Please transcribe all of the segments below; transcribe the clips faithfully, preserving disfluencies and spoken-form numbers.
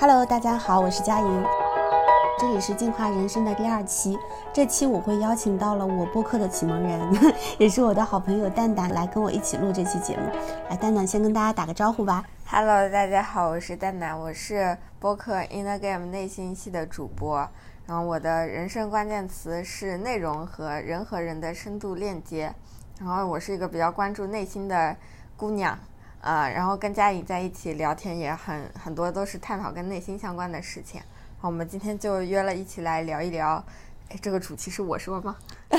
Hello， 大家好，我是佳莹，这里是进化人生的第二期。这期我会邀请到了我播客的启蒙人，也是我的好朋友蛋蛋来跟我一起录这期节目。来，蛋蛋先跟大家打个招呼吧。 Hello， 大家好，我是蛋蛋，我是播客 In the Game 内心戏的主播。然后我的人生关键词是内容和人和人的深度链接。然后我是一个比较关注内心的姑娘。呃，然后跟佳颖在一起聊天也很很多都是探讨跟内心相关的事情。好，我们今天就约了一起来聊一聊。哎，这个主题是我说吗？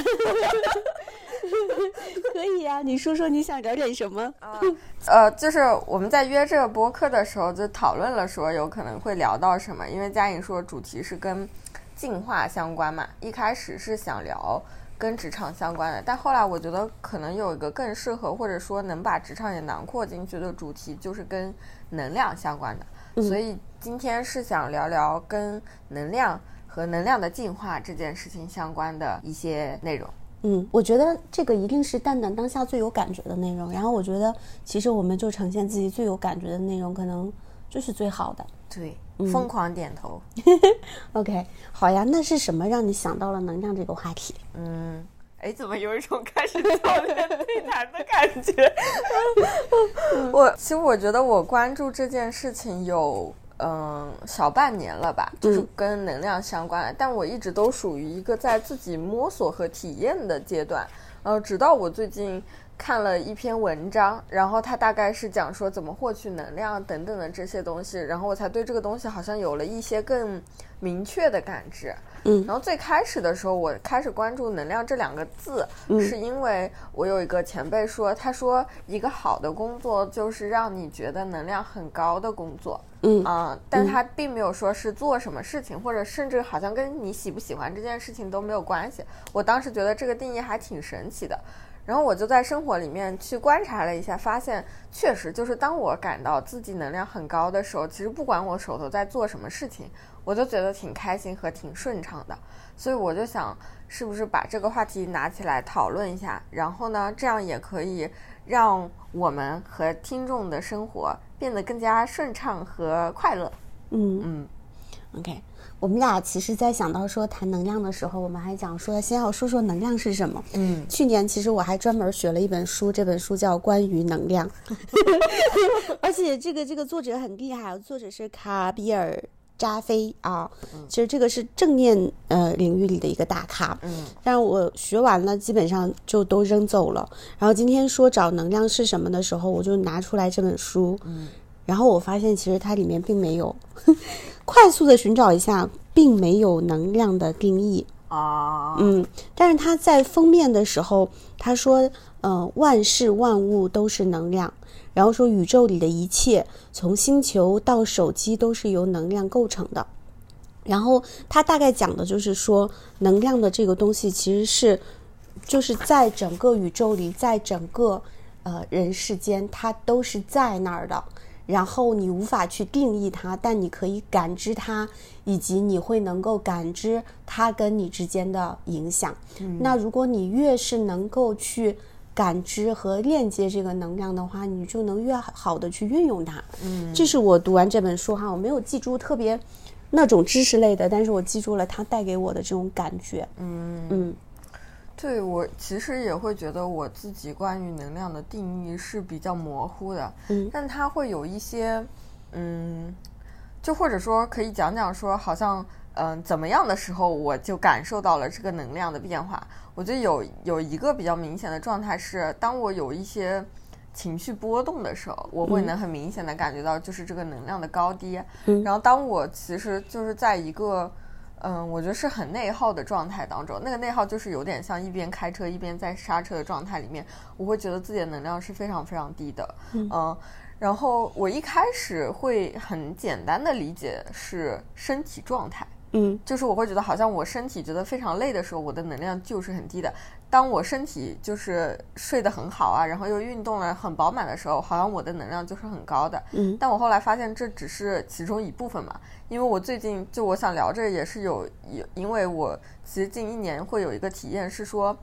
可以啊，你说说你想聊点什么？ 呃, 呃，就是我们在约这个播客的时候就讨论了说有可能会聊到什么，因为佳颖说主题是跟进化相关嘛，一开始是想聊跟职场相关的，但后来我觉得可能有一个更适合或者说能把职场也囊括进去的主题，就是跟能量相关的、嗯、所以今天是想聊聊跟能量和能量的进化这件事情相关的一些内容。 嗯，我觉得这个一定是蛋蛋当下最有感觉的内容，然后我觉得其实我们就呈现自己最有感觉的内容，可能就是最好的。 对，疯狂点头、 嗯、OK， 好呀，那是什么让你想到了能量这个话题？ 嗯，哎，怎么有一种开始教练对谈的感觉我其实我觉得我关注这件事情有嗯小半年了吧，就是跟能量相关的、嗯、但我一直都属于一个在自己摸索和体验的阶段，然后直到我最近看了一篇文章，然后它大概是讲说怎么获取能量等等的这些东西，然后我才对这个东西好像有了一些更明确的感知。嗯，然后最开始的时候我开始关注能量这两个字、嗯、是因为我有一个前辈说，他说一个好的工作就是让你觉得能量很高的工作。嗯啊、呃，但他并没有说是做什么事情、嗯、或者甚至好像跟你喜不喜欢这件事情都没有关系。我当时觉得这个定义还挺神奇的，然后我就在生活里面去观察了一下，发现确实就是当我感到自己能量很高的时候，其实不管我手头在做什么事情，我就觉得挺开心和挺顺畅的。所以我就想是不是把这个话题拿起来讨论一下，然后呢这样也可以让我们和听众的生活变得更加顺畅和快乐。 嗯嗯 OK， 我们俩其实在想到说谈能量的时候，我们还讲说先要说说能量是什么。嗯，去年其实我还专门学了一本书，这本书叫《关于能量》而且这个这个作者很厉害，作者是卡比尔扎菲啊，其实这个是正念呃领域里的一个大咖。嗯，但我学完了基本上就都扔走了。然后今天说找能量是什么的时候，我就拿出来这本书。嗯，然后我发现其实它里面并没有快速的寻找一下，并没有能量的定义啊。嗯，但是它在封面的时候，他说，呃，万事万物都是能量。然后说宇宙里的一切从星球到手机都是由能量构成的，然后他大概讲的就是说能量的这个东西其实是就是在整个宇宙里，在整个呃人世间它都是在那儿的，然后你无法去定义它，但你可以感知它，以及你会能够感知它跟你之间的影响、嗯、那如果你越是能够去感知和链接这个能量的话，你就能越好的去运用它。嗯，这是我读完这本书哈，我没有记住特别那种知识类的，但是我记住了它带给我的这种感觉。嗯嗯， 对，我其实也会觉得我自己关于能量的定义是比较模糊的。嗯，但它会有一些嗯，就或者说可以讲讲说好像嗯、呃，怎么样的时候我就感受到了这个能量的变化。我觉得有有一个比较明显的状态是，当我有一些情绪波动的时候，我会能很明显的感觉到就是这个能量的高低、嗯、然后当我其实就是在一个嗯，我觉得是很内耗的状态当中，那个内耗就是有点像一边开车一边在刹车的状态里面，我会觉得自己的能量是非常非常低的。嗯、呃、然后我一开始会很简单的理解是身体状态，嗯，就是我会觉得好像我身体觉得非常累的时候，我的能量就是很低的。当我身体就是睡得很好啊，然后又运动了很饱满的时候，好像我的能量就是很高的。嗯，但我后来发现这只是其中一部分嘛，因为我最近就我想聊这个也是有有，因为我其实近一年会有一个体验是说，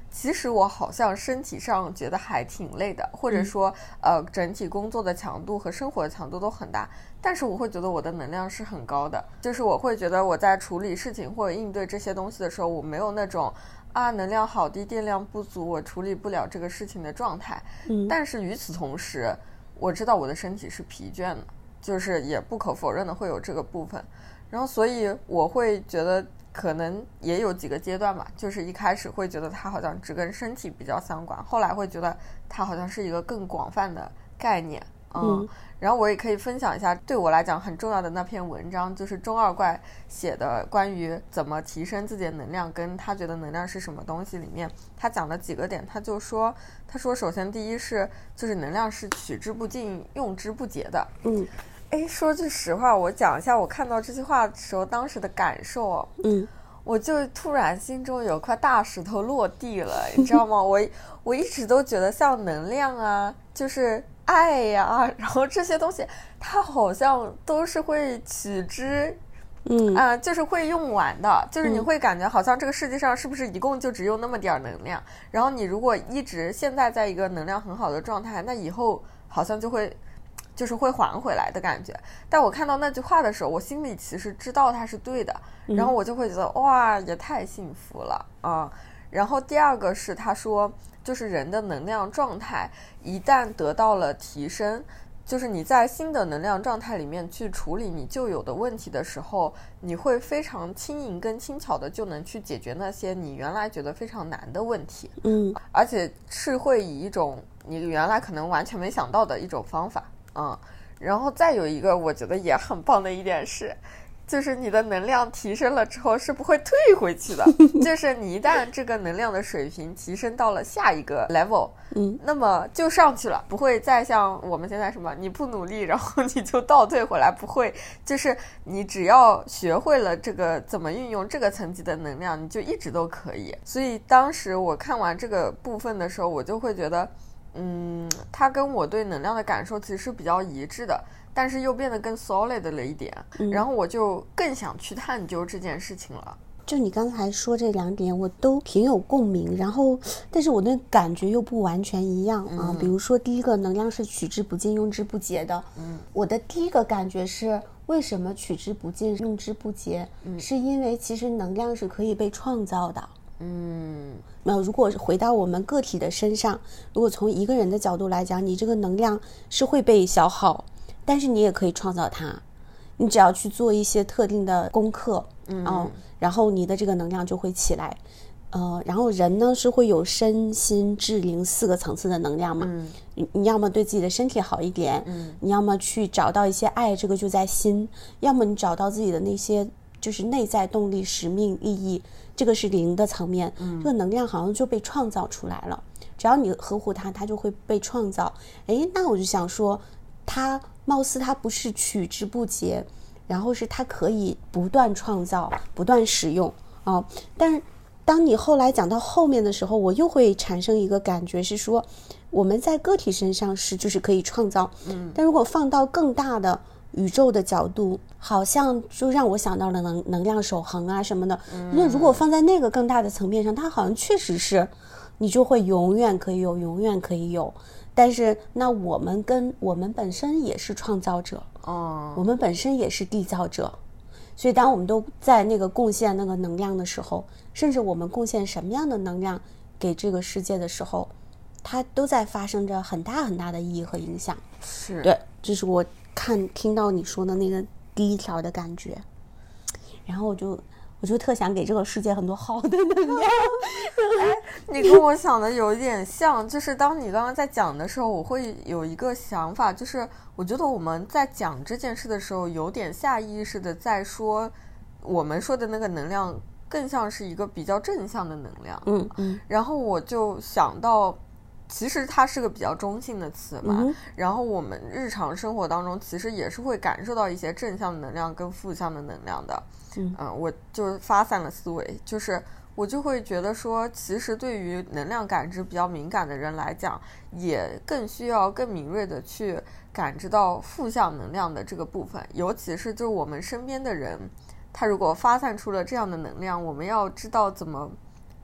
其实我好像身体上觉得还挺累的，或者说、嗯、呃整体工作的强度和生活的强度都很大，但是我会觉得我的能量是很高的，就是我会觉得我在处理事情或者应对这些东西的时候，我没有那种啊能量好低电量不足我处理不了这个事情的状态、嗯、但是与此同时我知道我的身体是疲倦的，就是也不可否认的会有这个部分，然后所以我会觉得可能也有几个阶段吧，就是一开始会觉得它好像只跟身体比较相关，后来会觉得它好像是一个更广泛的概念。 嗯, 嗯然后我也可以分享一下对我来讲很重要的那篇文章，就是中二怪写的关于怎么提升自己的能量跟他觉得能量是什么东西里面，他讲了几个点，他就说他说首先第一是就是能量是取之不尽用之不竭的。嗯，哎，说句实话，我讲一下我看到这句话的时候当时的感受。嗯，我就突然心中有块大石头落地了，你知道吗？我我一直都觉得像能量啊，就是爱呀，然后这些东西它好像都是会取之嗯啊、呃，就是会用完的，就是你会感觉好像这个世界上是不是一共就只有那么点能量、嗯、然后你如果一直现在在一个能量很好的状态，那以后好像就会就是会还回来的感觉。但我看到那句话的时候，我心里其实知道它是对的，然后我就会觉得、嗯、哇也太幸福了啊。然后第二个是他说就是人的能量状态一旦得到了提升，就是你在新的能量状态里面去处理你旧有的问题的时候，你会非常轻盈跟轻巧的就能去解决那些你原来觉得非常难的问题。嗯，而且是会以一种你原来可能完全没想到的一种方法。嗯，然后再有一个我觉得也很棒的一点是，就是你的能量提升了之后是不会退回去的就是你一旦这个能量的水平提升到了下一个 level， 嗯，那么就上去了，不会再像我们现在什么你不努力然后你就倒退回来，不会，就是你只要学会了这个怎么运用这个层级的能量，你就一直都可以。所以当时我看完这个部分的时候，我就会觉得嗯，它跟我对能量的感受其实是比较一致的，但是又变得更 solid 了一点、嗯、然后我就更想去探究这件事情了。 就你刚才说这两点我都挺有共鸣，然后但是我的感觉又不完全一样、嗯、啊。比如说第一个能量是取之不尽用之不竭的，嗯，我的第一个感觉是为什么取之不尽用之不竭、嗯、是因为其实能量是可以被创造的。嗯，那如果回到我们个体的身上，如果从一个人的角度来讲，你这个能量是会被消耗，但是你也可以创造它，你只要去做一些特定的功课，嗯、哦，然后你的这个能量就会起来。呃，然后人呢是会有身心智灵四个层次的能量嘛，嗯，你你要么对自己的身体好一点，嗯，你要么去找到一些爱，这个就在心，要么你找到自己的那些就是内在动力、使命、意义，这个是灵的层面、嗯、这个能量好像就被创造出来了，只要你呵护它，它就会被创造。诶，那我就想说它貌似它不是取之不竭，然后是它可以不断创造不断使用、哦、但是当你后来讲到后面的时候，我又会产生一个感觉是说我们在个体身上是就是可以创造、嗯、但如果放到更大的宇宙的角度，好像就让我想到了能能量守恒啊什么的、嗯、那如果放在那个更大的层面上，它好像确实是你就会永远可以有永远可以有，但是那我们跟我们本身也是创造者、哦、我们本身也是缔造者，所以当我们都在那个贡献那个能量的时候，甚至我们贡献什么样的能量给这个世界的时候，它都在发生着很大很大的意义和影响。 是， 对，这是我看听到你说的那个第一条的感觉，然后我就我就特想给这个世界很多好的能量哎，你跟我想的有点像，就是当你刚刚在讲的时候，我会有一个想法，就是我觉得我们在讲这件事的时候有点下意识的在说我们说的那个能量更像是一个比较正向的能量。嗯嗯，然后我就想到其实它是个比较中性的词嘛、嗯、然后我们日常生活当中其实也是会感受到一些正向的能量跟负向的能量的。嗯、呃、我就发散了思维，就是我就会觉得说其实对于能量感知比较敏感的人来讲，也更需要更敏锐的去感知到负向能量的这个部分，尤其是就是我们身边的人他如果发散出了这样的能量，我们要知道怎么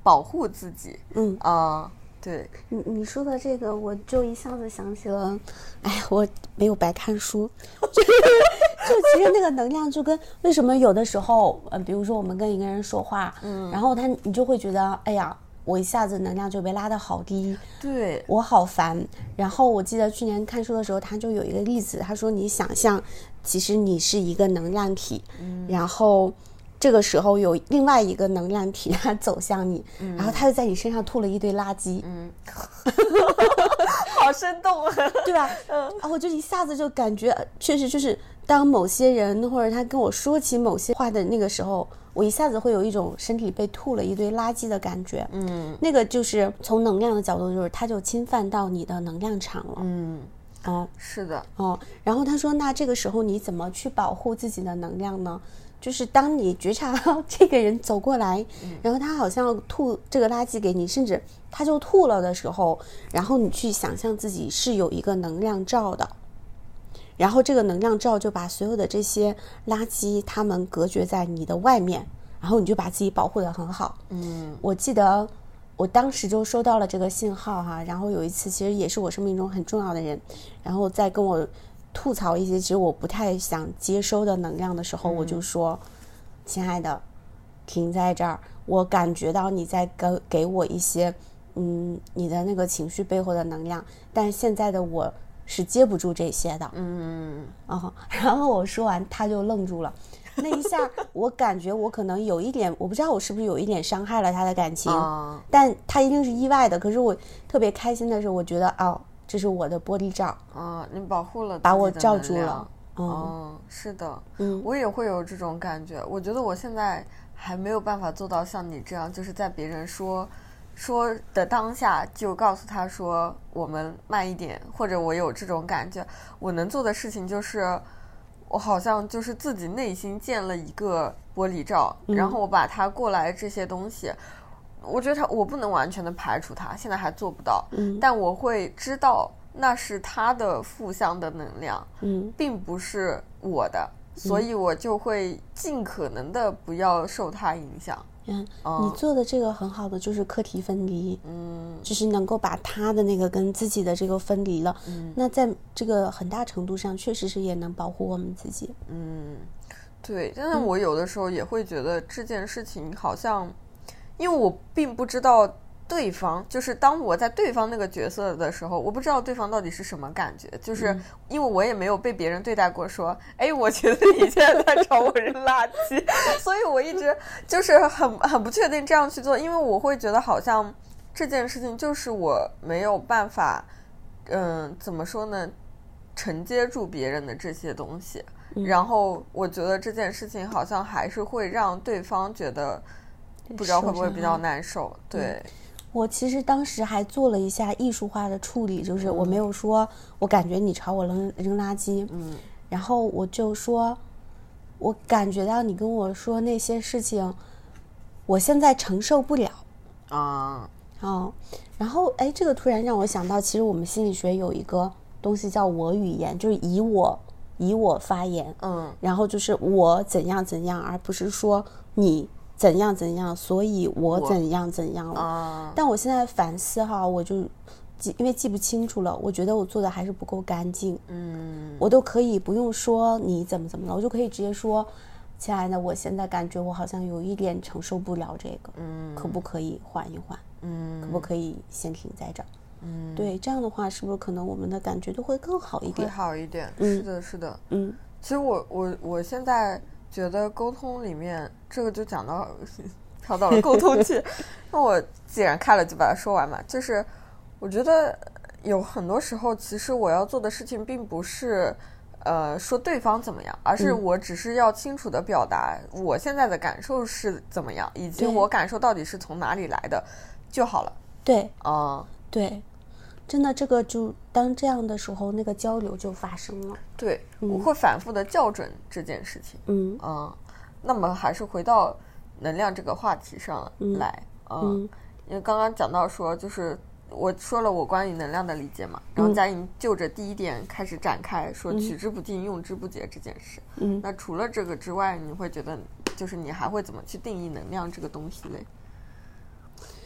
保护自己。 嗯啊、呃，对， 你你说的这个，我就一下子想起了，哎呀，我没有白看书，就其实那个能量就跟为什么有的时候，呃，比如说我们跟一个人说话，嗯，然后他你就会觉得，哎呀，我一下子能量就被拉得好低， 对， 我好烦。然后我记得去年看书的时候，他就有一个例子，他说你想象，其实你是一个能量体，嗯，然后这个时候有另外一个能量体它走向你，嗯，然后他就在你身上吐了一堆垃圾， 嗯，好生动啊， 对吧？嗯，然后我就一下子就感觉，确实就是当某些人或者他跟我说起某些话的那个时候，我一下子会有一种身体被吐了一堆垃圾的感觉。嗯，那个就是从能量的角度，就是它就侵犯到你的能量场了。 嗯， 哦， 是的， 哦，然后他说，那这个时候你怎么去保护自己的能量呢？就是当你觉察到这个人走过来，嗯，然后他好像吐这个垃圾给你，甚至他就吐了的时候，然后你去想象自己是有一个能量罩的，然后这个能量罩就把所有的这些垃圾它们隔绝在你的外面，然后你就把自己保护得很好。嗯，我记得我当时就收到了这个信号哈，然后有一次其实也是我生命中很重要的人，然后在跟我吐槽一些其实我不太想接收的能量的时候，嗯，我就说，亲爱的，停在这儿，我感觉到你在给给我一些嗯你的那个情绪背后的能量，但现在的我是接不住这些的。嗯，哦，然后我说完他就愣住了，那一下我感觉我可能有一点，我不知道我是不是有一点伤害了他的感情，哦，但他一定是意外的。可是我特别开心的是，我觉得哦，这是我的玻璃罩， 啊，你保护了， 把我罩住了。 嗯，哦，是的，嗯，我也会有这种感觉。我觉得我现在还没有办法做到像你这样，就是在别人说说的当下就告诉他说我们慢一点，或者我有这种感觉。我能做的事情就是我好像就是自己内心建了一个玻璃罩，嗯，然后我把它过来这些东西，我觉得它我不能完全的排除它，现在还做不到，嗯，但我会知道那是他的负向的能量，嗯，并不是我的，所以我就会尽可能的不要受他影响。 嗯，你做的这个很好的就是课题分离，嗯，就是能够把他的那个跟自己的这个分离了，嗯，那在这个很大程度上确实是也能保护我们自己。 嗯，对，但是我有的时候也会觉得这件事情好像，因为我并不知道对方，就是当我在对方那个角色的时候，我不知道对方到底是什么感觉，就是因为我也没有被别人对待过说，哎，我觉得你现在在找我扔垃圾，所以我一直就是很很不确定这样去做，因为我会觉得好像这件事情就是我没有办法，嗯，怎么说呢，承接住别人的这些东西，然后我觉得这件事情好像还是会让对方觉得不知道会不会比较难受，对。嗯， 我其实当时还做了一下艺术化的处理，就是我没有说我感觉你朝我扔扔垃圾，嗯，然后我就说我感觉到你跟我说那些事情我现在承受不了啊，哦，然后哎，这个突然让我想到，其实我们心理学有一个东西叫我语言，就是以我以我发言，嗯，然后就是我怎样怎样，而不是说你怎样怎样，所以我怎样怎样了。啊，但我现在反思哈，我就记因为记不清楚了，我觉得我做的还是不够干净。嗯，我都可以不用说你怎么怎么了，我就可以直接说，亲爱的，我现在感觉我好像有一点承受不了这个，嗯，可不可以缓一缓？嗯，可不可以先停在这儿？嗯，对，这样的话是不是可能我们的感觉都会更好一点？ 会好一点，嗯，是的，是的，嗯。其实我我我现在觉得沟通里面，这个就讲到跳到了沟通去，那我既然开了就把它说完嘛。就是我觉得有很多时候，其实我要做的事情并不是呃说对方怎么样，而是我只是要清楚的表达我现在的感受是怎么样，以及我感受到底是从哪里来的就好了。 对，啊、嗯，对。真的，这个就当这样的时候，那个交流就发生了。 对，嗯、我会反复的校准这件事情。嗯嗯，那么还是回到能量这个话题上来。嗯，嗯因为刚刚讲到说，就是我说了我关于能量的理解嘛，然后佳莹就着第一点开始展开说取之不尽、用之不竭这件事。嗯，那除了这个之外，你会觉得就是你还会怎么去定义能量这个东西嘞？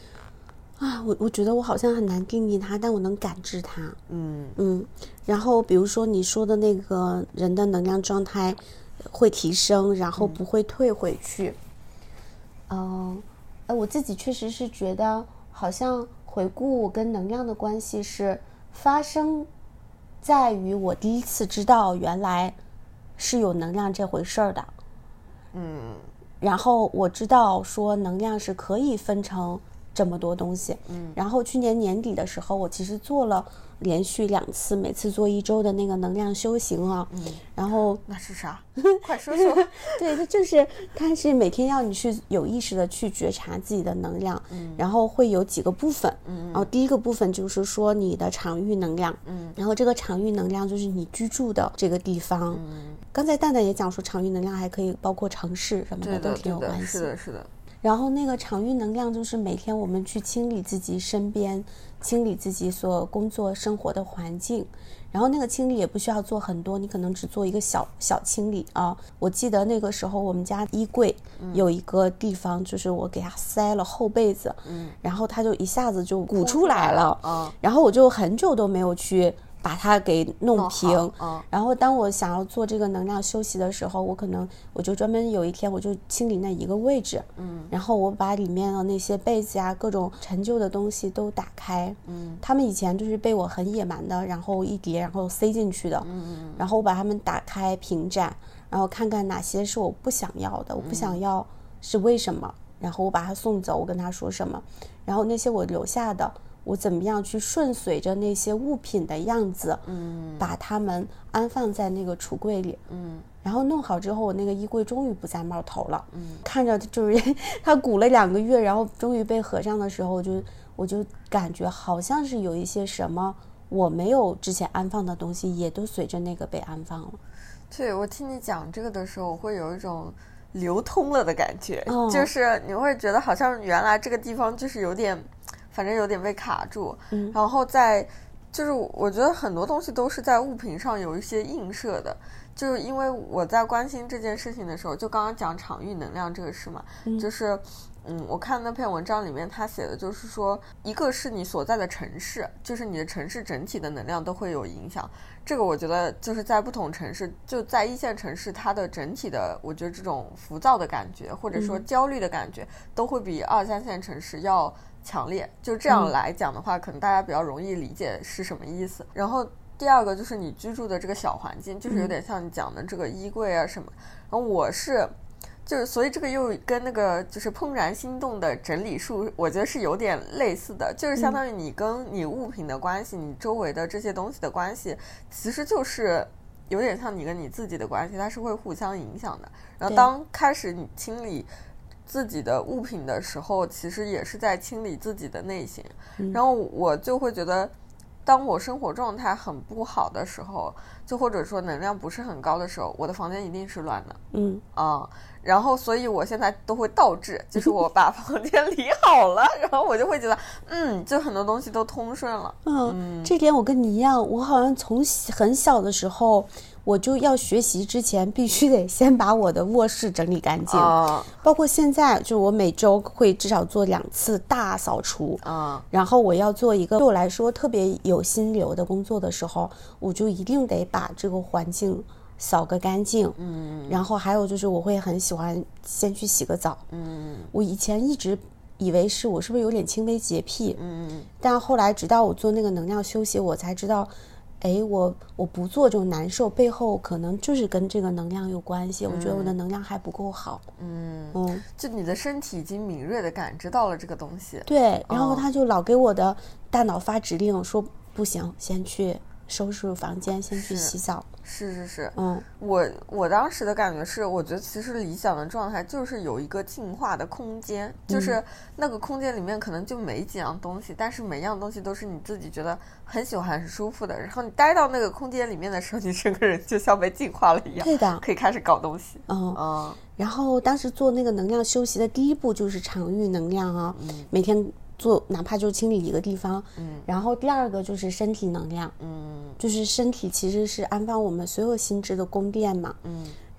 啊，我我觉得我好像很难定义它，但我能感知它。 嗯嗯，然后比如说你说的那个人的能量状态会提升，然后不会退回去。嗯，呃，我自己确实是觉得，好像回顾我跟能量的关系是发生在于我第一次知道原来是有能量这回事儿的。 嗯， 然后我知道说能量是可以分成这么多东西。嗯，然后去年年底的时候，我其实做了连续两次，每次做一周的那个能量修行啊。 嗯， 然后那是啥？快说说。 对，它就是它是每天要你去有意识的去觉察自己的能量。嗯，然后会有几个部分。嗯，然后第一个部分就是说你的场域能量。嗯，然后这个场域能量就是你居住的这个地方。嗯，刚才蛋蛋也讲说，场域能量还可以包括城市什么的，都挺有关系。 是的，是的。 然后那个场域能量就是每天我们去清理自己身边，清理自己所工作生活的环境。然后那个清理也不需要做很多，你可能只做一个小小清理啊。我记得那个时候我们家衣柜有一个地方，就是我给它塞了厚被子，嗯，然后它就一下子就鼓出来了， 嗯， 然后我就很久都没有去把它给弄平。 弄嗯， 然后当我想要做这个能量休息的时候，我可能我就专门有一天我就清理那一个位置，嗯，然后我把里面的那些被子啊，各种陈旧的东西都打开，嗯，他们以前就是被我很野蛮的，然后一叠然后塞进去的，嗯，然后我把它们打开平展，然后看看哪些是我不想要的，我不想要是为什么，然后我把它送走，我跟他说什么，然后那些我留下的，我怎么样去顺随着那些物品的样子，嗯，把它们安放在那个橱柜里，嗯，然后弄好之后，我那个衣柜终于不再冒头了，嗯，看着就是它鼓了两个月，然后终于被合上的时候，我就我就感觉好像是有一些什么我没有之前安放的东西，也都随着那个被安放了。 对，我听你讲这个的时候，我会有一种流通了的感觉， 哦， 就是你会觉得好像原来这个地方就是有点。反正有点被卡住，嗯，然后在就是我觉得很多东西都是在物品上有一些映射的，就是因为我在关心这件事情的时候，就刚刚讲场域能量这个事嘛，嗯，就是嗯，我看那篇文章里面他写的就是说，一个是你所在的城市，就是你的城市整体的能量都会有影响。这个我觉得就是在不同城市，就在一线城市，它的整体的，我觉得这种浮躁的感觉或者说焦虑的感觉，都会比二三线城市要强烈。就这样来讲的话，嗯，可能大家比较容易理解是什么意思。然后第二个就是你居住的这个小环境，就是有点像你讲的这个衣柜啊什么。然后我是就是所以这个又跟那个就是怦然心动的整理术我觉得是有点类似的，就是相当于你跟你物品的关系，嗯，你周围的这些东西的关系其实就是有点像你跟你自己的关系，它是会互相影响的。然后当开始你清理自己的物品的时候，其实也是在清理自己的内心，嗯，然后我就会觉得当我生活状态很不好的时候，就或者说能量不是很高的时候，我的房间一定是乱的，嗯啊，然后所以我现在都会倒置，就是我把房间理好了，然后我就会觉得嗯，就很多东西都通顺了。 嗯, 嗯这点我跟你一样，我好像从很小的时候我就要学习之前必须得先把我的卧室整理干净，啊，包括现在就是我每周会至少做两次大扫除，啊，然后我要做一个对我来说特别有心流的工作的时候，我就一定得把这个环境扫个干净，嗯，然后还有就是我会很喜欢先去洗个澡，嗯，我以前一直以为是我是不是有点轻微洁癖，嗯，但后来直到我做那个能量休息，我才知道哎，我我不做这种难受背后可能就是跟这个能量有关系，嗯，我觉得我的能量还不够好，嗯嗯，就你的身体已经敏锐的感知到了这个东西， 对，然后他就老给我的大脑发指令，说不行，先去收拾房间，先去洗澡。 是是是，嗯，我我当时的感觉是，我觉得其实理想的状态就是有一个净化的空间，就是那个空间里面可能就没几样东西，但是每样东西都是你自己觉得很喜欢、很舒服的。然后你待到那个空间里面的时候，你整个人就像被净化了一样， 对的， 可以开始搞东西。 嗯嗯。然后当时做那个能量休息的第一步就是场域能量啊，嗯，每天做哪怕就清理一个地方，嗯，然后第二个就是身体能量，嗯，就是身体其实是安放我们所有心智的宫殿嘛，嗯，然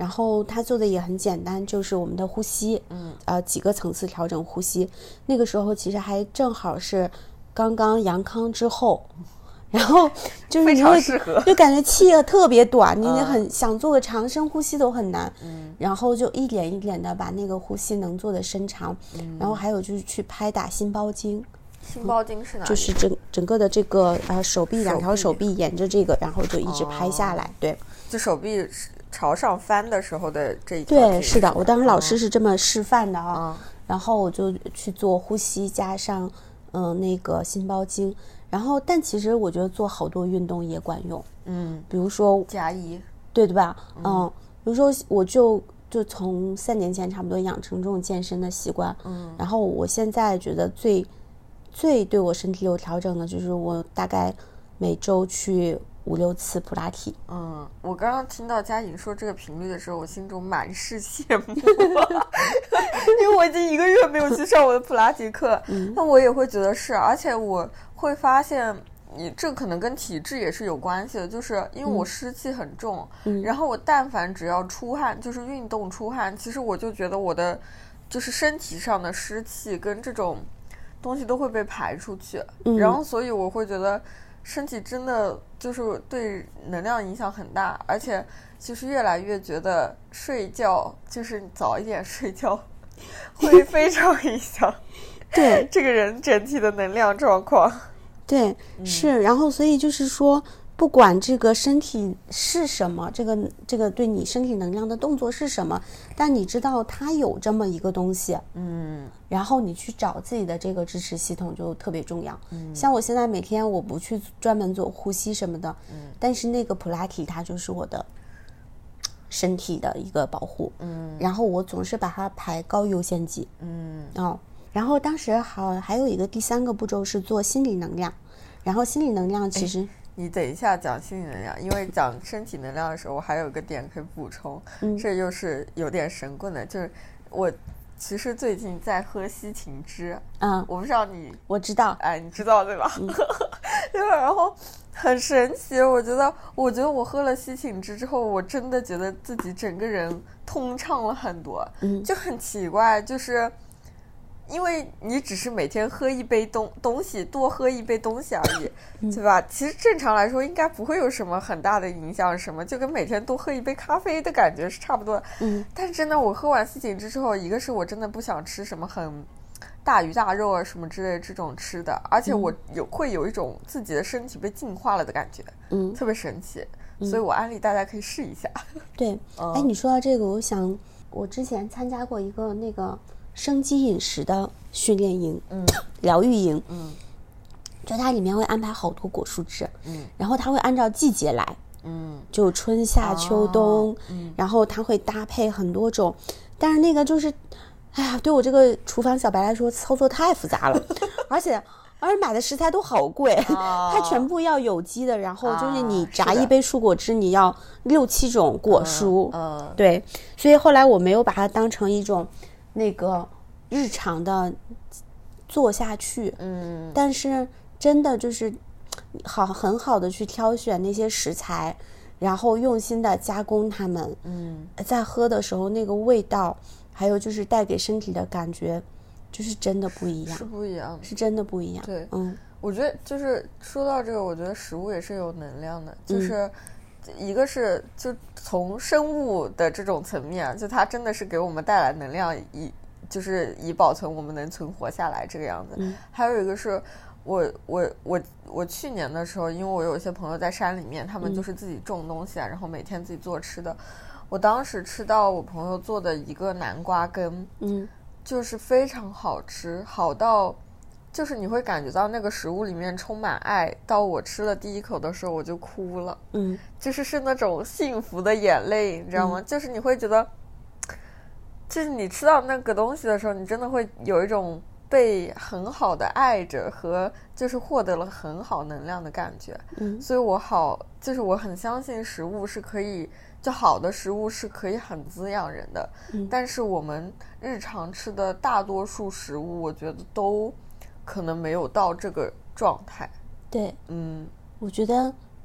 然后他做的也很简单，就是我们的呼吸，嗯，呃，几个层次调整呼吸。那个时候其实还正好是刚刚阳康之后，然后就是你会就感觉气也特别短，你很想做个长深呼吸都很难，嗯，然后就一点一点的把那个呼吸能做的伸长，嗯，然后还有就是去拍打心包经。 心包经是哪里？ 就是整整个的这个呃手臂两条手臂沿着这个，然后就一直拍下来，哦、对， 就手臂朝上翻的时候的这一条。 对，是的，我当时老师是这么示范的啊，嗯、然后我就去做呼吸加上嗯、呃、那个心包经，然后但其实我觉得做好多运动也管用，嗯，比如说夹衣， 对对吧？嗯，嗯比如说我就。就从三年前差不多养成这种健身的习惯，嗯，然后我现在觉得最最对我身体有调整的就是我大概每周去五六次普拉提。 嗯，我刚刚听到佳颖说这个频率的时候，我心中满是羡慕，因为我已经一个月没有去上我的普拉提课，嗯，那我也会觉得是，而且我会发现。你这可能跟体质也是有关系的，就是因为我湿气很重，嗯，然后我但凡只要出汗，就是运动出汗，其实我就觉得我的就是身体上的湿气跟这种东西都会被排出去，嗯，然后所以我会觉得身体真的就是对能量影响很大，而且就是越来越觉得睡觉就是早一点睡觉会非常影响对这个人整体的能量状况。 对，是，然后所以就是说，不管这个身体是什么，这个这个对你身体能量的动作是什么，但你知道它有这么一个东西，嗯，然后你去找自己的这个支持系统就特别重要。嗯，像我现在每天我不去专门做呼吸什么的，嗯，但是那个普拉提它就是我的身体的一个保护，嗯，然后我总是把它排高优先级，嗯，哦。然后当时好还有一个第三个步骤是做心理能量，然后心理能量其实你等一下讲心理能量，因为讲身体能量的时候我还有一个点可以补充，嗯，这又是有点神棍的，就是我其实最近在喝西芹汁，嗯，我不知道你我知道， 哎，你知道对吧？嗯、对吧？然后很神奇，我觉得我觉得我喝了西芹汁之后，我真的觉得自己整个人通畅了很多，嗯，就很奇怪，就是因为你只是每天喝一杯东东西，多喝一杯东西而已，嗯、对吧？其实正常来说应该不会有什么很大的影响，什么就跟每天多喝一杯咖啡的感觉是差不多的。嗯，但是真的，我喝完西芹汁之后，一个是我真的不想吃什么很大鱼大肉啊什么之类的这种吃的，而且我有、嗯、会有一种自己的身体被净化了的感觉，嗯，特别神奇。所以我安利大家可以试一下。 对，嗯、哎，你说到这个，我想我之前参加过一个那个生机饮食的训练营，嗯，疗愈营，嗯，就它里面会安排好多果蔬汁，嗯，然后它会按照季节来，嗯，就春夏秋冬，哦、嗯，然后它会搭配很多种，但是那个就是，哎呀，对我这个厨房小白来说，操作太复杂了，而且。而且买的食材都好贵，哦、它全部要有机的，然后就是你榨一杯蔬果汁，你要六七种果蔬，嗯嗯、对，所以后来我没有把它当成一种那个日常的做下去，嗯，但是真的就是好很好的去挑选那些食材，然后用心的加工它们，嗯，在喝的时候那个味道，还有就是带给身体的感觉。就是真的不一样， 是不一样的， 是真的不一样。 对，嗯，我觉得就是说到这个，我觉得食物也是有能量的，就是一个是就从生物的这种层面，就它真的是给我们带来能量，以就是以保存我们能存活下来这个样子。嗯、还有一个是我我我我去年的时候，因为我有一些朋友在山里面，他们就是自己种东西啊，嗯、然后每天自己做吃的。我当时吃到我朋友做的一个南瓜羹，嗯。就是非常好吃，好到就是你会感觉到那个食物里面充满爱，到我吃了第一口的时候我就哭了，嗯，就是是那种幸福的眼泪，你知道吗？嗯、就是你会觉得就是你吃到那个东西的时候，你真的会有一种被很好的爱着和就是获得了很好能量的感觉，嗯，所以我好就是我很相信食物是可以就好的食物是可以很滋养人的，嗯，但是我们日常吃的大多数食物我觉得都可能没有到这个状态。 对，嗯，我觉得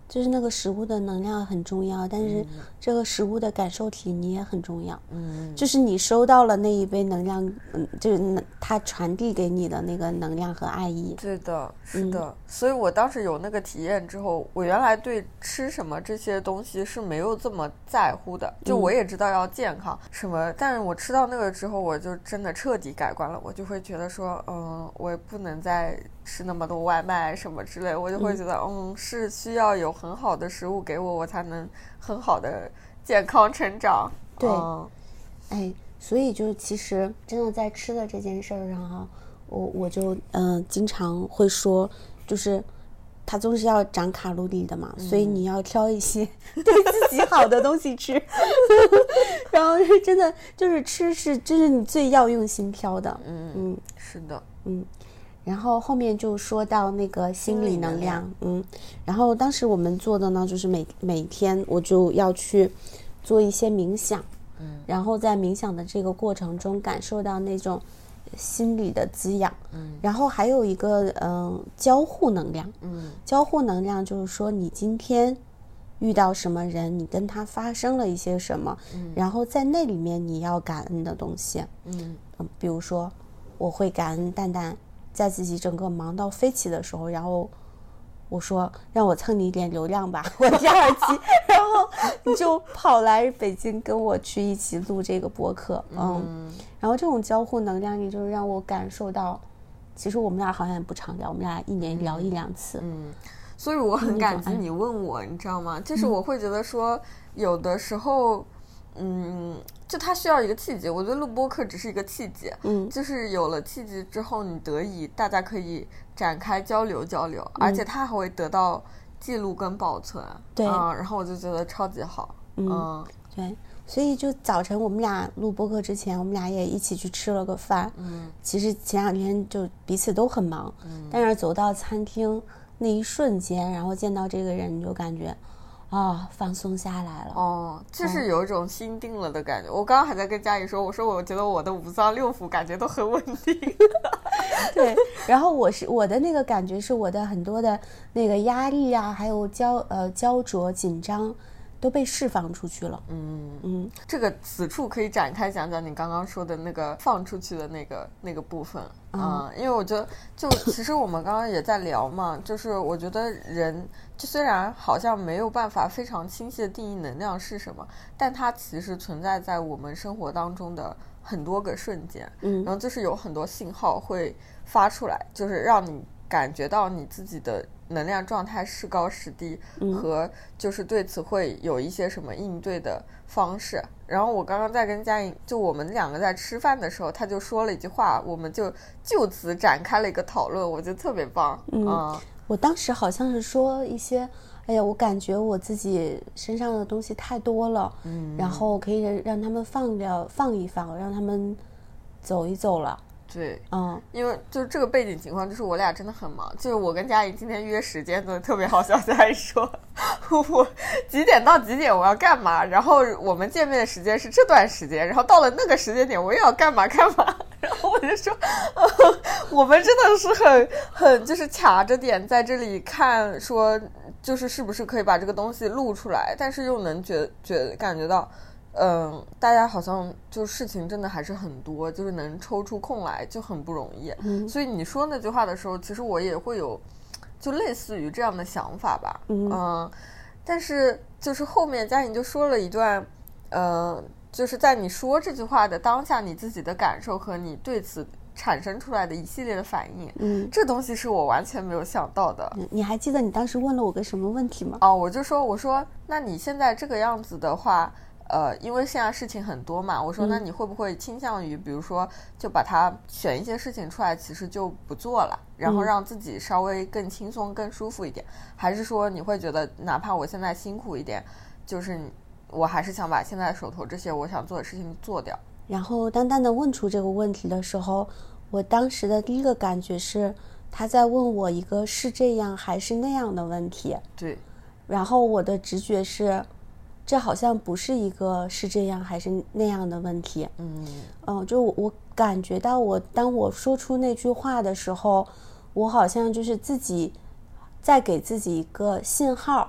就是那个食物的能量很重要，但是这个食物的感受体你也很重要。嗯，就是你收到了那一杯能量，嗯，就是它传递给你的那个能量和爱意。 对的，是的。嗯、所以我当时有那个体验之后，我原来对吃什么这些东西是没有这么在乎的。就我也知道要健康、嗯、什么，但是我吃到那个之后，我就真的彻底改观了。我就会觉得说，嗯，我也不能再吃那么多外卖什么之类，我就会觉得，嗯，嗯是需要有很好的食物给我，我才能很好的健康成长。 对， 嗯、 哎，所以就其实真的在吃的这件事儿上哈，我我就嗯、呃、经常会说，就是它总是要长卡路里的嘛，嗯、所以你要挑一些对自己好的东西吃，然后是真的就是吃是真是你最要用心挑的。 嗯嗯，是的， 嗯。然后后面就说到那个心理能量，嗯，然后当时我们做的呢，就是每每天我就要去做一些冥想，嗯，然后在冥想的这个过程中感受到那种心理的滋养，嗯，然后还有一个嗯、呃、交互能量，嗯，交互能量就是说你今天遇到什么人，你跟他发生了一些什么，嗯，然后在那里面你要感恩的东西，嗯，嗯比如说我会感恩蛋蛋。在自己整个忙到飞起的时候，然后我说让我蹭你一点流量吧，我第二期，然后你就跑来北京跟我去一起录这个播客，嗯，嗯然后这种交互能量力就是让我感受到，其实我们俩好像也不常聊，我们俩一年聊一两次， 嗯，所以我很感激你问我，你知道吗？就是我会觉得说，有的时候，嗯。就它需要一个契机，我觉得录播客只是一个契机，嗯，就是有了契机之后，你得以大家可以展开交流交流，嗯、而且它还会得到记录跟保存， 对， 嗯，然后我就觉得超级好，嗯，嗯对，所以就早晨我们俩录播客之前，我们俩也一起去吃了个饭，嗯，其实前两天就彼此都很忙，嗯，但是走到餐厅那一瞬间，然后见到这个人，你就感觉。啊、哦，放松下来了哦，就是有一种心定了的感觉。嗯、我刚刚还在跟佳怡说，我说我觉得我的五脏六腑感觉都很稳定。 对，然后我是我的那个感觉是我的很多的那个压力啊，还有焦呃焦灼紧张都被释放出去了。 嗯嗯，这个此处可以展开讲讲你刚刚说的那个放出去的那个那个部分啊、嗯，因为我觉得就其实我们刚刚也在聊嘛，就是我觉得人。就虽然好像没有办法非常清晰的定义能量是什么，但它其实存在在我们生活当中的很多个瞬间，嗯，然后就是有很多信号会发出来，就是让你感觉到你自己的能量状态是高是低，嗯，和就是对此会有一些什么应对的方式。然后我刚刚在跟佳颖，就我们两个在吃饭的时候，他就说了一句话，我们就就此展开了一个讨论，我觉得特别棒，嗯。嗯我当时好像是说一些，哎呀，我感觉我自己身上的东西太多了，嗯，然后可以让他们放掉，放一放，让他们走一走了。 对， 嗯， 因为就是这个背景情况，就是我俩真的很忙，就是我跟佳怡今天约时间的特别好笑，佳怡说我几点到几点我要干嘛，然后我们见面的时间是这段时间，然后到了那个时间点我又要干嘛干嘛。然后我就说、呃、我们真的是很很就是卡着点在这里看说就是是不是可以把这个东西录出来，但是又能觉觉感觉到嗯，大家好像就事情真的还是很多，就是能抽出空来就很不容易、嗯、所以你说那句话的时候其实我也会有就类似于这样的想法吧， 嗯, 嗯，但是就是后面佳颖就说了一段呃就是在你说这句话的当下，你自己的感受和你对此产生出来的一系列的反应，嗯，这东西是我完全没有想到的。 你还记得你当时问了我个什么问题吗？ 哦，我就说，我说，那你现在这个样子的话，呃，因为现在事情很多嘛，我说，那你会不会倾向于，比如说，就把它选一些事情出来，其实就不做了，然后让自己稍微更轻松、更舒服一点，还是说你会觉得，哪怕我现在辛苦一点，就是你。我还是想把现在手头这些我想做的事情做掉。 然后淡淡的问出这个问题的时候，我当时的第一个感觉是他在问我一个是这样还是那样的问题。 对。 然后我的直觉是这好像不是一个是这样还是那样的问题。嗯嗯、呃，就我我感觉到我当我说出那句话的时候，我好像就是自己在给自己一个信号，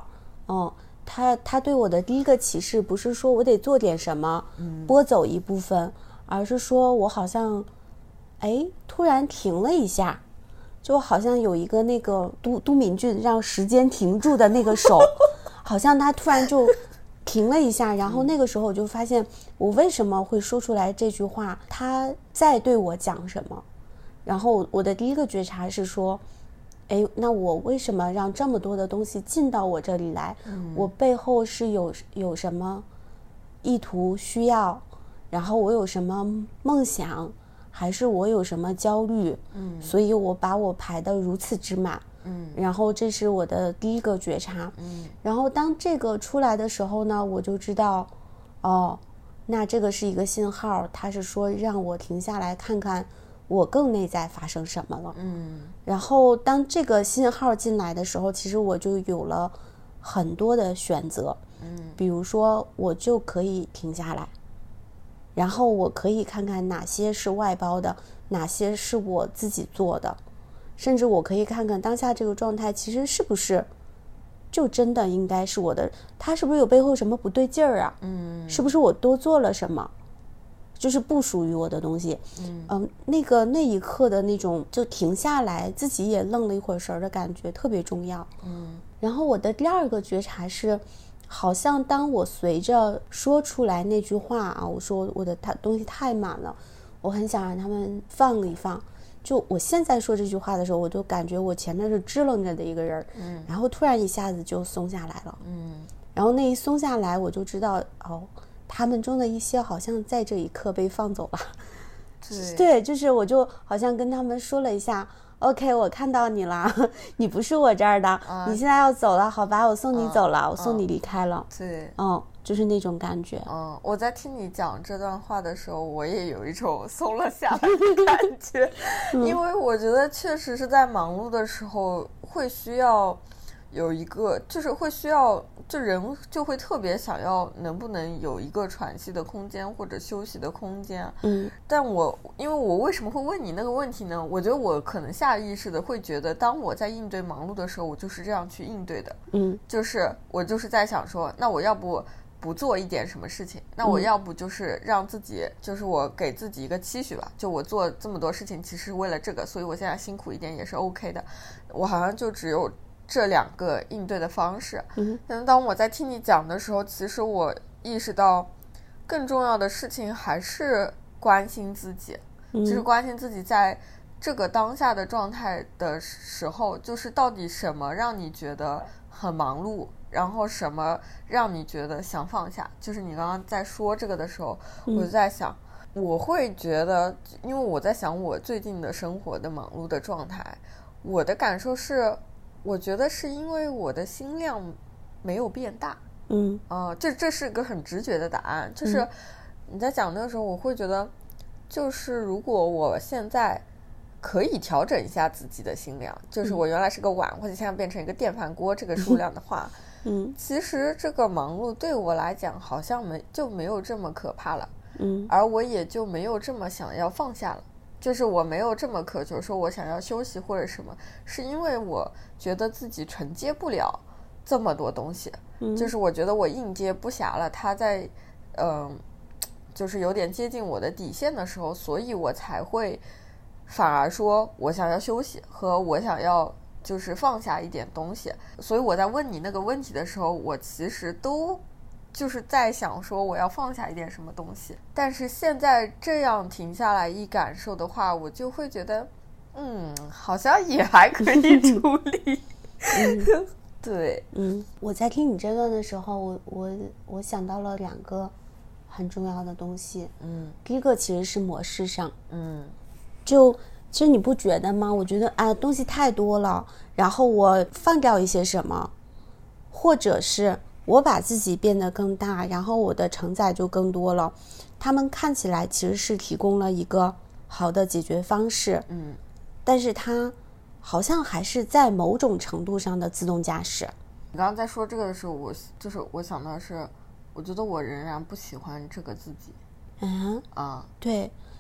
哦，他他对我的第一个启示不是说我得做点什么，嗯，拨走一部分，而是说我好像，哎，突然停了一下，就好像有一个那个都都敏俊让时间停住的那个手，好像他突然就停了一下，然后那个时候我就发现我为什么会说出来这句话，他在对我讲什么。然后我的第一个觉察是说，哎，那我为什么让这么多的东西进到我这里来？嗯、我背后是有有什么意图需要，然后我有什么梦想，还是我有什么焦虑？嗯，所以我把我排得如此之满。嗯，然后这是我的第一个觉察。嗯，然后当这个出来的时候呢，我就知道，哦，那这个是一个信号，它是说让我停下来看看我更内在发生什么了。嗯，然后当这个信号进来的时候，其实我就有了很多的选择。嗯，比如说我就可以停下来，然后我可以看看哪些是外包的，哪些是我自己做的，甚至我可以看看当下这个状态其实是不是就真的应该是我的，它是不是有背后什么不对劲儿啊？嗯，是不是我多做了什么？就是不属于我的东西。嗯、呃，那个那一刻的那种就停下来，自己也愣了一会儿神儿的感觉特别重要。嗯，然后我的第二个觉察是，好像当我随着说出来那句话啊，我说我的太东西太满了，我很想让他们放一放。就我现在说这句话的时候，我就感觉我前面是支棱着的一个人，嗯，然后突然一下子就松下来了，嗯，然后那一松下来，我就知道哦。他们中的一些好像在这一刻被放走了。对，对，就是我就好像跟他们说了一下 OK 我看到你了，你不是我这儿的、啊、你现在要走了，好吧，我送你走了、啊、我送你离开了。 对， 嗯，就是那种感觉。 嗯，我在听你讲这段话的时候，我也有一种松了下来的感觉、嗯、因为我觉得确实是在忙碌的时候会需要有一个，就是会需要，就人就会特别想要能不能有一个喘息的空间或者休息的空间。嗯，但我因为我为什么会问你那个问题呢？我觉得我可能下意识的会觉得，当我在应对忙碌的时候，我就是这样去应对的。嗯，就是我就是在想说，那我要不不做一点什么事情，那我要不就是让自己、嗯、就是我给自己一个期许吧，就我做这么多事情其实为了这个，所以我现在辛苦一点也是 OK 的。我好像就只有这两个应对的方式。嗯，但当我在听你讲的时候，其实我意识到更重要的事情还是关心自己、嗯、就是关心自己在这个当下的状态的时候，就是到底什么让你觉得很忙碌，然后什么让你觉得想放下。就是你刚刚在说这个的时候、嗯、我就在想，我会觉得，因为我在想我最近的生活的忙碌的状态，我的感受是我觉得是因为我的心量没有变大。嗯，呃，这这是个很直觉的答案。就是你在讲那个时候，我会觉得，就是如果我现在可以调整一下自己的心量，就是我原来是个碗，或者现在变成一个电饭锅这个数量的话，嗯，其实这个忙碌对我来讲好像没就没有这么可怕了。嗯，而我也就没有这么想要放下了。就是我没有这么渴求说我想要休息或者什么，是因为我觉得自己承接不了这么多东西、嗯、就是我觉得我应接不暇了，他在嗯、呃，就是有点接近我的底线的时候，所以我才会反而说我想要休息和我想要就是放下一点东西。所以我在问你那个问题的时候，我其实都就是在想说我要放下一点什么东西。但是现在这样停下来一感受的话，我就会觉得嗯，好像也还可以处理。嗯，对， 嗯，我在听你这段的时候，我我我想到了两个很重要的东西。嗯，第一个其实是模式上，嗯，就其实你不觉得吗？我觉得啊，东西太多了，然后我放掉一些什么，或者是我把自己变得更大，然后我的承载就更多了。他们看起来其实是提供了一个好的解决方式，嗯，但是它好像还是在某种程度上的自动驾驶。 你刚刚在说这个的时候，我就是我想到是，我觉得我仍然不喜欢这个自己。 嗯啊，对，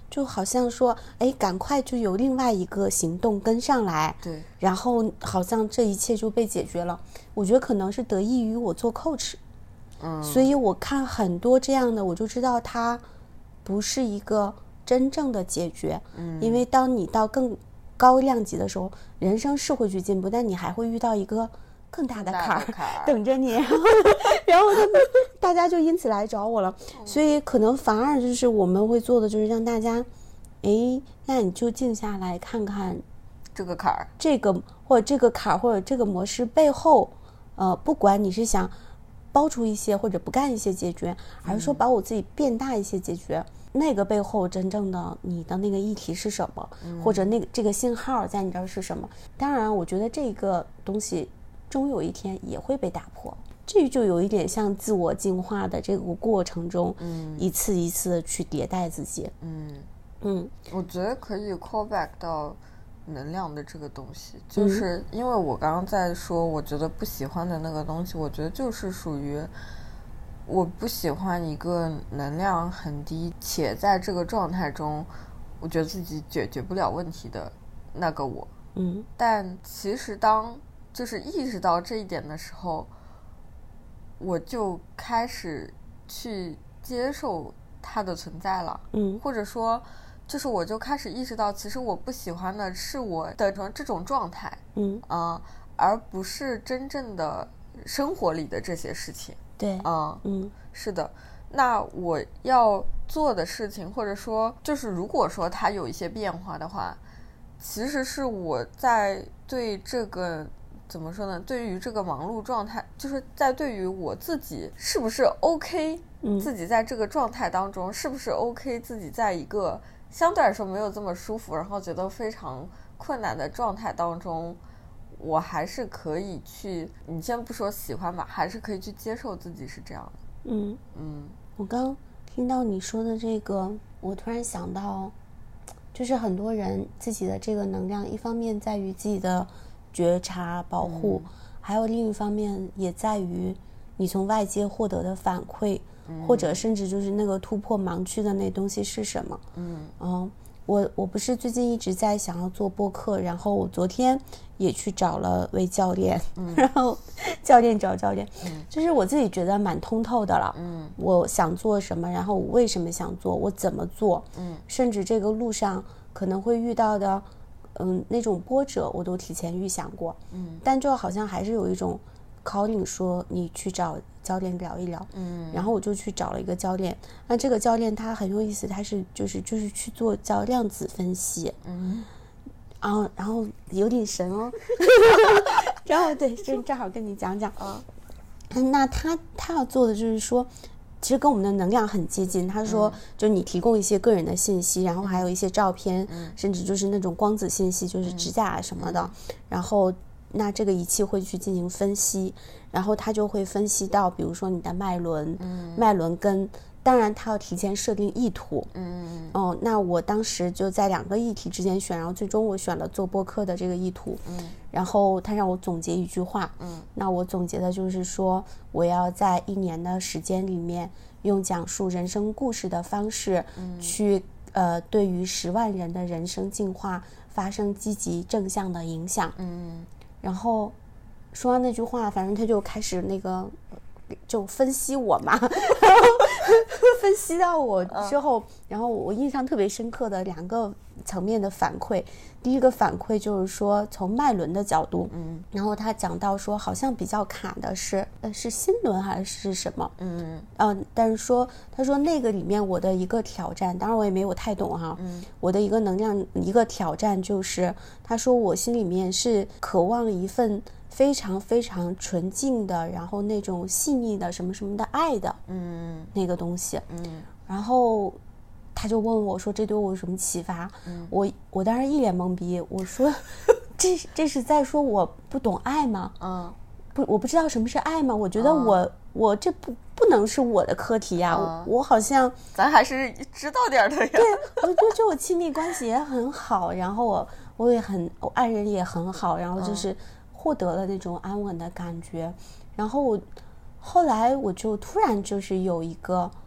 就好像说，哎，赶快就有另外一个行动跟上来， 对， 然后好像这一切就被解决了。我觉得可能是得益于我做 coach， 嗯， 所以我看很多这样的，我就知道它不是一个真正的解决， 嗯，因为当你到更高量级的时候，人生是会去进步，但你还会遇到一个更大的坎儿等着你，然后然后大家就因此来找我了，所以可能反而就是我们会做的就是让大家，哎，那你就静下来看看这个坎儿， 这个或者这个坎儿或者这个模式背后，呃，不管你是想包出一些或者不干一些解决，而是说把我自己变大一些解决。嗯，那个背后真正的你的那个议题是什么，嗯，或者那个这个信号在你这儿是什么？当然，我觉得这个东西终有一天也会被打破，这就有一点像自我进化的这个过程中，嗯，一次一次的去迭代自己。嗯嗯，我觉得可以 call back 到能量的这个东西，就是因为我刚刚在说，我觉得不喜欢的那个东西，我觉得就是属于。我不喜欢一个能量很低且在这个状态中我觉得自己解决不了问题的那个我。 嗯， 但其实当就是意识到这一点的时候，我就开始去接受它的存在了。 嗯， 或者说就是我就开始意识到其实我不喜欢的是我的这种状态。 嗯啊、呃，而不是真正的生活里的这些事情。 对， 嗯嗯， 是的。那我要做的事情，或者说就是如果说它有一些变化的话，其实是我在对这个怎么说呢，对于这个忙碌状态，就是在对于我自己是不是 OK， 嗯， 自己在这个状态当中是不是 OK， 自己在一个相对来说没有这么舒服，然后觉得非常困难的状态当中，我还是可以去，你先不说喜欢吧，还是可以去接受自己是这样的。 嗯嗯， 我刚听到你说的这个，我突然想到，就是很多人自己的这个能量，一方面在于自己的觉察保护，嗯，还有另一方面也在于你从外界获得的反馈，嗯，或者甚至就是那个突破盲区的那东西是什么。嗯嗯，我我不是最近一直在想要做播客，然后我昨天也去找了位教练，嗯，然后教练找教练，嗯，就是我自己觉得蛮通透的了。嗯，我想做什么，然后我为什么想做，我怎么做，嗯，甚至这个路上可能会遇到的，嗯，那种波折我都提前预想过。嗯，但就好像还是有一种 calling 说你去找教练聊一聊。嗯，然后我就去找了一个教练，那这个教练他很有意思，他是就是就是去做叫量子分析。嗯。啊，然后有点神哦，然后对，就正好跟你讲讲啊。那他他要做的就是说，其实跟我们的能量很接近。他说，嗯，就你提供一些个人的信息，然后还有一些照片，嗯，甚至就是那种光子信息，就是指甲什么的。嗯，然后那这个仪器会去进行分析，然后他就会分析到，比如说你的脉轮，嗯，脉轮跟。当然他要提前设定意图。嗯哦，那我当时就在两个议题之间选，然后最终我选了做播客的这个意图。嗯，然后他让我总结一句话。嗯，那我总结的就是说，我要在一年的时间里面用讲述人生故事的方式，嗯，去呃对于十万人的人生进化发生积极正向的影响。嗯，然后说完那句话，反正他就开始那个就分析我嘛，然后分析到我之后，然后我印象特别深刻的两个层面的反馈。第一个反馈就是说从脉轮的角度，嗯，然后他讲到说好像比较卡的是呃是心轮还是什么，嗯嗯、呃，但是说他说那个里面我的一个挑战，当然我也没有太懂哈，嗯，我的一个能量一个挑战就是他说我心里面是渴望一份非常非常纯净的，然后那种细腻的什么什么的爱的，嗯，那个东西，嗯，然后他就问我说这对我有什么启发？嗯，我我当时一脸懵逼，我说这这是在说我不懂爱吗？嗯，不，我不知道什么是爱吗？我觉得我、嗯、我这不不能是我的课题呀、啊嗯，我好像咱还是知道点的呀。 对，我就觉得我亲密关系也很好，然后我我也很我爱人也很好，然后就是获得了那种安稳的感觉，然后我后来我就突然就是有一个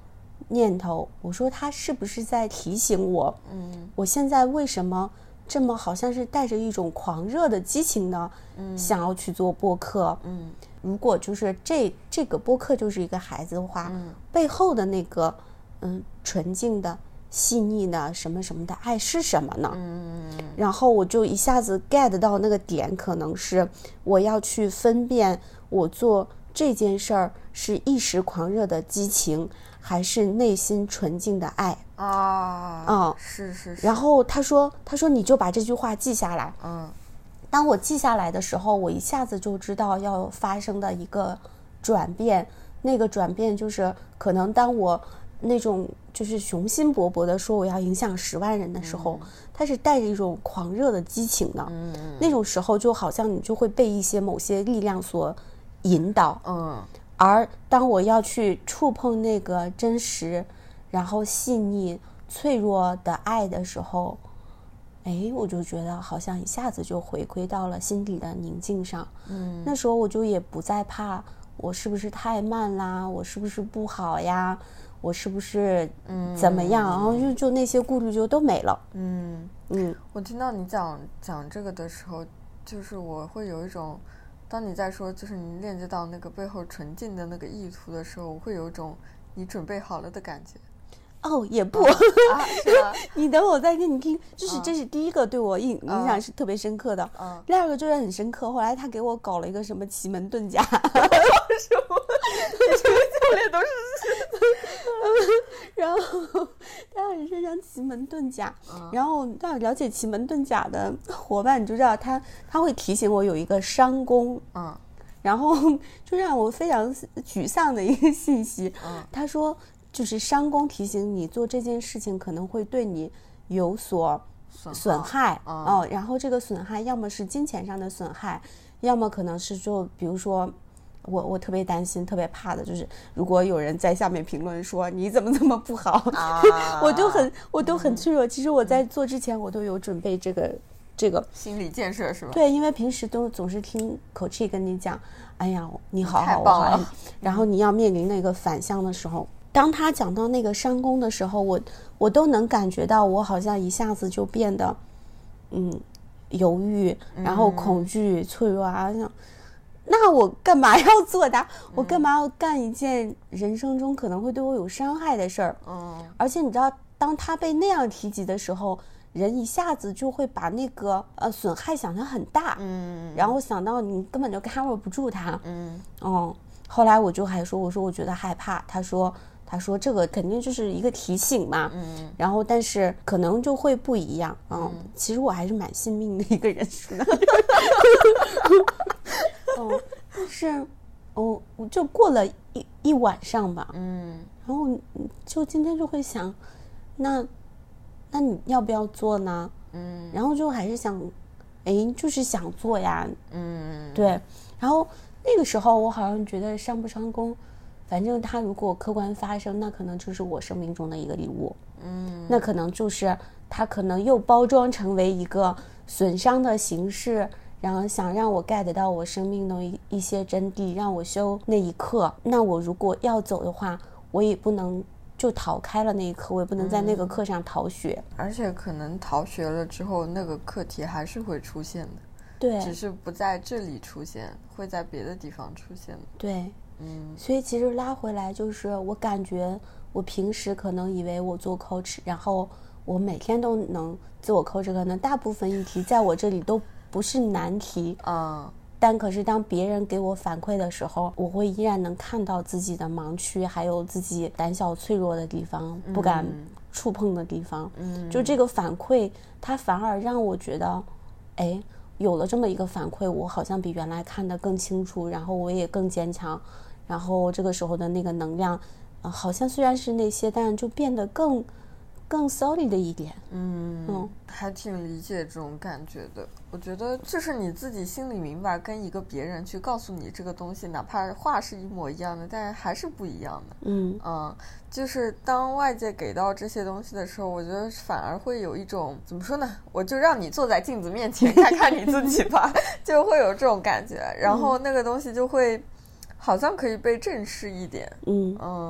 念头，我说他是不是在提醒我， 嗯， 我现在为什么这么好像是带着一种狂热的激情呢？嗯，想要去做播客。 嗯， 如果就是这这个播客就是一个孩子的话，嗯，背后的那个嗯纯净的细腻的什么什么的爱是什么呢？ 嗯， 然后我就一下子 get 到那个点，可能是我要去分辨我做这件事儿是一时狂热的激情，还是内心纯净的爱啊？ 嗯， 是是是。 然后他说，他说你就把这句话记下来。 嗯， 当我记下来的时候，我一下子就知道要发生的一个转变。那个转变就是可能当我那种就是雄心勃勃的说我要影响十万人的时候，嗯，它是带着一种狂热的激情的。嗯，那种时候就好像你就会被一些某些力量所引导。 嗯， 而当我要去触碰那个真实然后细腻脆弱的爱的时候，哎，我就觉得好像一下子就回归到了心底的宁静上。嗯，那时候我就也不再怕我是不是太慢啦，我是不是不好呀，我是不是怎么样，嗯，然后就就那些顾虑就都没了。 嗯嗯， 我听到你讲讲这个的时候，就是我会有一种，当你在说就是你链接到那个背后纯净的那个意图的时候，我会有一种你准备好了的感觉。 哦，也不， 啊是吗？ 你等我再跟你听，就是这是第一个对我印影响是特别深刻的。 嗯， 第二个就是很深刻，后来他给我搞了一个什么奇门遁甲， 什么？这个教练都是， 然后他很擅长奇门遁甲，嗯，然后当了解奇门遁甲的伙伴，你就知道他他会提醒我有一个伤宫， 嗯， 然后就让我非常沮丧的一个信息。 嗯， 他说。就是伤宫提醒你做这件事情可能会对你有所损害， 嗯哦，然后这个损害要么是金钱上的损害，要么可能是就比如说我我特别担心特别怕的就是如果有人在下面评论说你怎么这么不好，啊，我就很我都很脆弱，嗯，其实我在做之前我都有准备这个这个心理建设是吧？ 对，因为平时都总是听coach跟你讲哎呀你好好太棒了， 我好，然后你要面临那个反向的时候，当他讲到那个伤宫的时候，我我都能感觉到我好像一下子就变得嗯犹豫，然后恐惧，嗯，脆弱啊，像那我干嘛要做它，嗯，我干嘛要干一件人生中可能会对我有伤害的事儿。嗯，而且你知道当他被那样提及的时候，人一下子就会把那个呃损害想得很大。嗯，然后想到你根本就 cover 不住它。嗯，哦，后来我就还说我说我觉得害怕，他说他说这个肯定就是一个提醒嘛，嗯，然后但是可能就会不一样，嗯，嗯其实我还是蛮信命的一个人是的，哦，但是哦，我就过了一一晚上吧，嗯，然后就今天就会想，那那你要不要做呢？嗯，然后就还是想，哎，就是想做呀，嗯，对，然后那个时候我好像觉得伤不伤功。反正它如果客观发生，那可能就是我生命中的一个礼物，嗯，那可能就是它可能又包装成为一个损伤的形式，然后想让我 get 到我生命的一一些真谛，让我修那一刻。那我如果要走的话，我也不能就逃开了那一刻，我也不能在那个课上逃学， 嗯，而且可能逃学了之后，那个课题还是会出现的， 对， 只是不在这里出现，会在别的地方出现的， 对。嗯，所以其实拉回来就是我感觉我平时可能以为我做 coach， 然后我每天都能自我 coach， 可能大部分议题在我这里都不是难题，嗯，但可是当别人给我反馈的时候，我会依然能看到自己的盲区，还有自己胆小脆弱的地方，不敢触碰的地方，嗯，就这个反馈它反而让我觉得哎，有了这么一个反馈，我好像比原来看得更清楚，然后我也更坚强，然后这个时候的那个能量，呃，好像虽然是那些，但就变得更更 solid 的一点。嗯嗯，还挺理解这种感觉的。我觉得就是你自己心里明白，跟一个别人去告诉你这个东西，哪怕话是一模一样的，但还是不一样的。嗯嗯，就是当外界给到这些东西的时候，我觉得反而会有一种怎么说呢？我就让你坐在镜子面前看看你自己吧，就会有这种感觉。然后那个东西就会好像可以被正视一点。嗯嗯。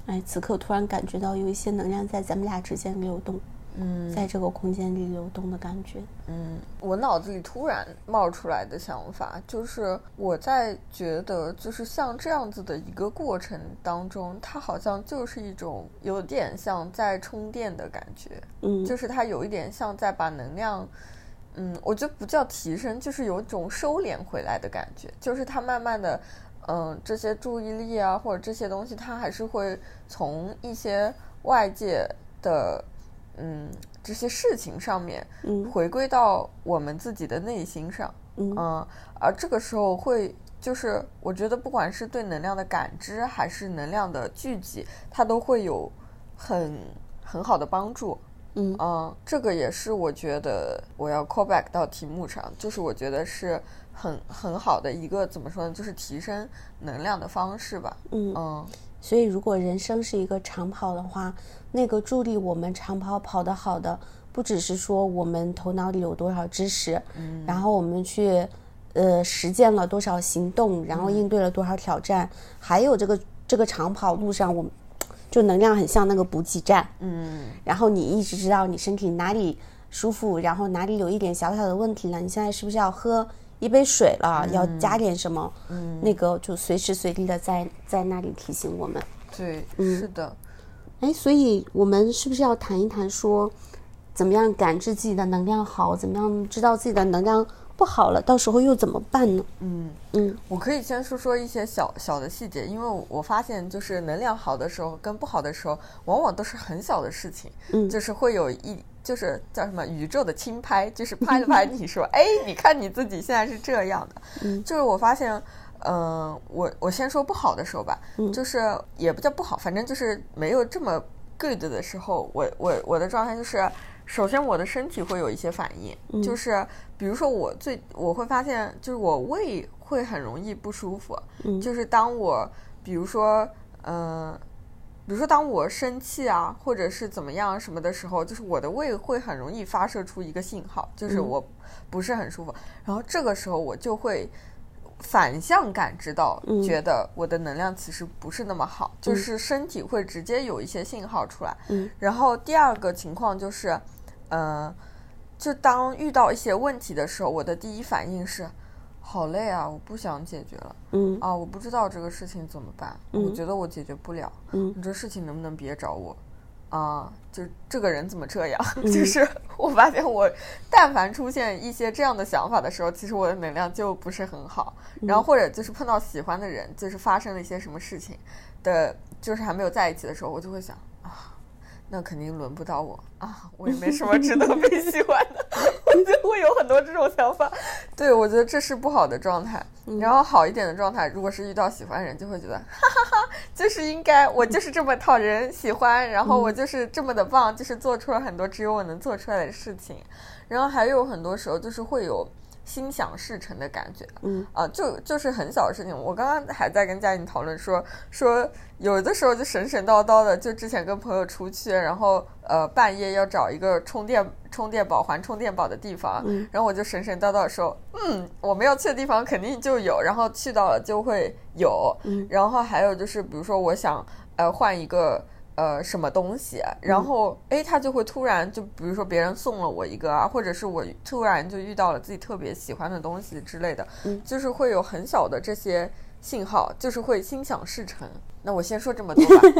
哎，此刻突然感觉到有一些能量在咱们俩之间流动，嗯，在这个空间里流动的感觉。 嗯，我脑子里突然冒出来的想法就是，我在觉得就是像这样子的一个过程当中，它好像就是一种有点像在充电的感觉，嗯，就是它有一点像在把能量。嗯，我觉得不叫提升，就是有一种收敛回来的感觉，就是它慢慢的，嗯、呃，这些注意力啊，或者这些东西，它还是会从一些外界的，嗯，这些事情上面，嗯，回归到我们自己的内心上，嗯，呃、而这个时候会，就是我觉得不管是对能量的感知，还是能量的聚集，它都会有很很好的帮助。嗯嗯，这个也是我觉得我要 call back 到题目上，就是我觉得是很很好的一个怎么说呢，就是提升能量的方式吧。嗯嗯， 所以如果人生是一个长跑的话，那个助力我们长跑跑得好的，不只是说我们头脑里有多少知识，嗯，然后我们去呃实践了多少行动，然后应对了多少挑战，嗯，还有这个这个长跑路上我们。就能量很像那个补给站，嗯，然后你一直知道你身体哪里舒服，然后哪里有一点小小的问题了，你现在是不是要喝一杯水了，嗯，要加点什么，嗯，那个就随时随地的在在那里提醒我们。 对，嗯，是的。 哎，所以我们是不是要谈一谈说，怎么样感知自己的能量好，怎么样知道自己的能量不好了，到时候又怎么办呢？ 嗯嗯，我可以先说说一些小小的细节，因为我发现就是能量好的时候跟不好的时候，往往都是很小的事情，嗯，就是会有一就是叫什么宇宙的轻拍，就是拍了拍你说，哎，你看你自己现在是这样的，嗯，就是我发现，嗯、呃，我我先说不好的时候吧，嗯，就是也不叫不好，反正就是没有这么 good 的时候，我我我的状态就是。首先我的身体会有一些反应，嗯，就是比如说我最我会发现就是我胃会很容易不舒服，嗯，就是当我比如说嗯、呃，比如说当我生气啊或者是怎么样什么的时候，就是我的胃会很容易发射出一个信号，就是我不是很舒服，嗯，然后这个时候我就会反向感知到，嗯，觉得我的能量其实不是那么好，嗯，就是身体会直接有一些信号出来，嗯，然后第二个情况就是呃，就当遇到一些问题的时候，我的第一反应是好累啊，我不想解决了，嗯啊，我不知道这个事情怎么办，嗯，我觉得我解决不了，嗯，你这事情能不能别找我啊？就这个人怎么这样，嗯，就是我发现我但凡出现一些这样的想法的时候，其实我的能量就不是很好，然后或者就是碰到喜欢的人，就是发生了一些什么事情的，就是还没有在一起的时候，我就会想啊，那肯定轮不到我啊，我也没什么值得被喜欢的我就会有很多这种想法。对，我觉得这是不好的状态，嗯，然后好一点的状态，如果是遇到喜欢的人，就会觉得哈哈哈，就是应该我就是这么讨人喜欢，然后我就是这么的棒，就是做出了很多只有我能做出来的事情，然后还有很多时候就是会有心想事成的感觉，嗯啊，就就是很小的事情。我刚刚还在跟佳颖讨论说说，有的时候就神神叨叨的，就之前跟朋友出去，然后呃半夜要找一个充电充电宝还充电宝的地方，嗯，然后我就神神叨叨的说，嗯，我们要去的地方肯定就有，然后去到了就会有，嗯，然后还有就是比如说我想呃换一个。呃，什么东西，然后哎，他就会突然就，比如说别人送了我一个啊，或者是我突然就遇到了自己特别喜欢的东西之类的，嗯，就是会有很小的这些信号，就是会心想事成。那我先说这么多吧。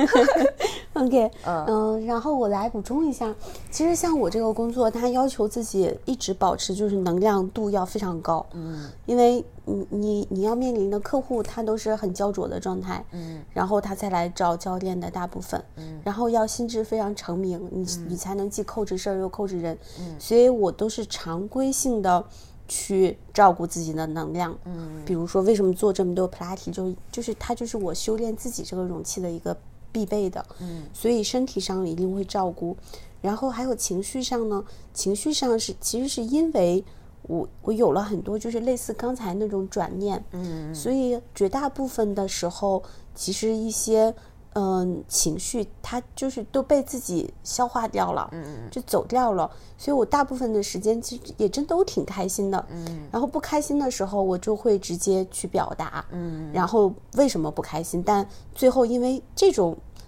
OK， 嗯、呃，然后我来补充一下，其实像我这个工作，它要求自己一直保持就是能量度要非常高，嗯，因为你你你要面临的客户他都是很焦灼的状态，嗯，然后他才来找教练的大部分，嗯，然后要心智非常澄明，你、嗯、你才能既扣着事儿又扣着人，嗯，所以我都是常规性的去照顾自己的能量，嗯，比如说为什么做这么多普拉提，就就是它就是我修炼自己这个容器的一个必备的，嗯，所以身体上一定会照顾，然后还有情绪上呢，情绪上是其实是因为我我有了很多就是类似刚才那种转念，嗯，所以绝大部分的时候，其实一些嗯情绪它就是都被自己消化掉了，嗯，就走掉了，所以我大部分的时间其实也真都挺开心的，嗯，然后不开心的时候我就会直接去表达，嗯，然后为什么不开心，但最后因为这种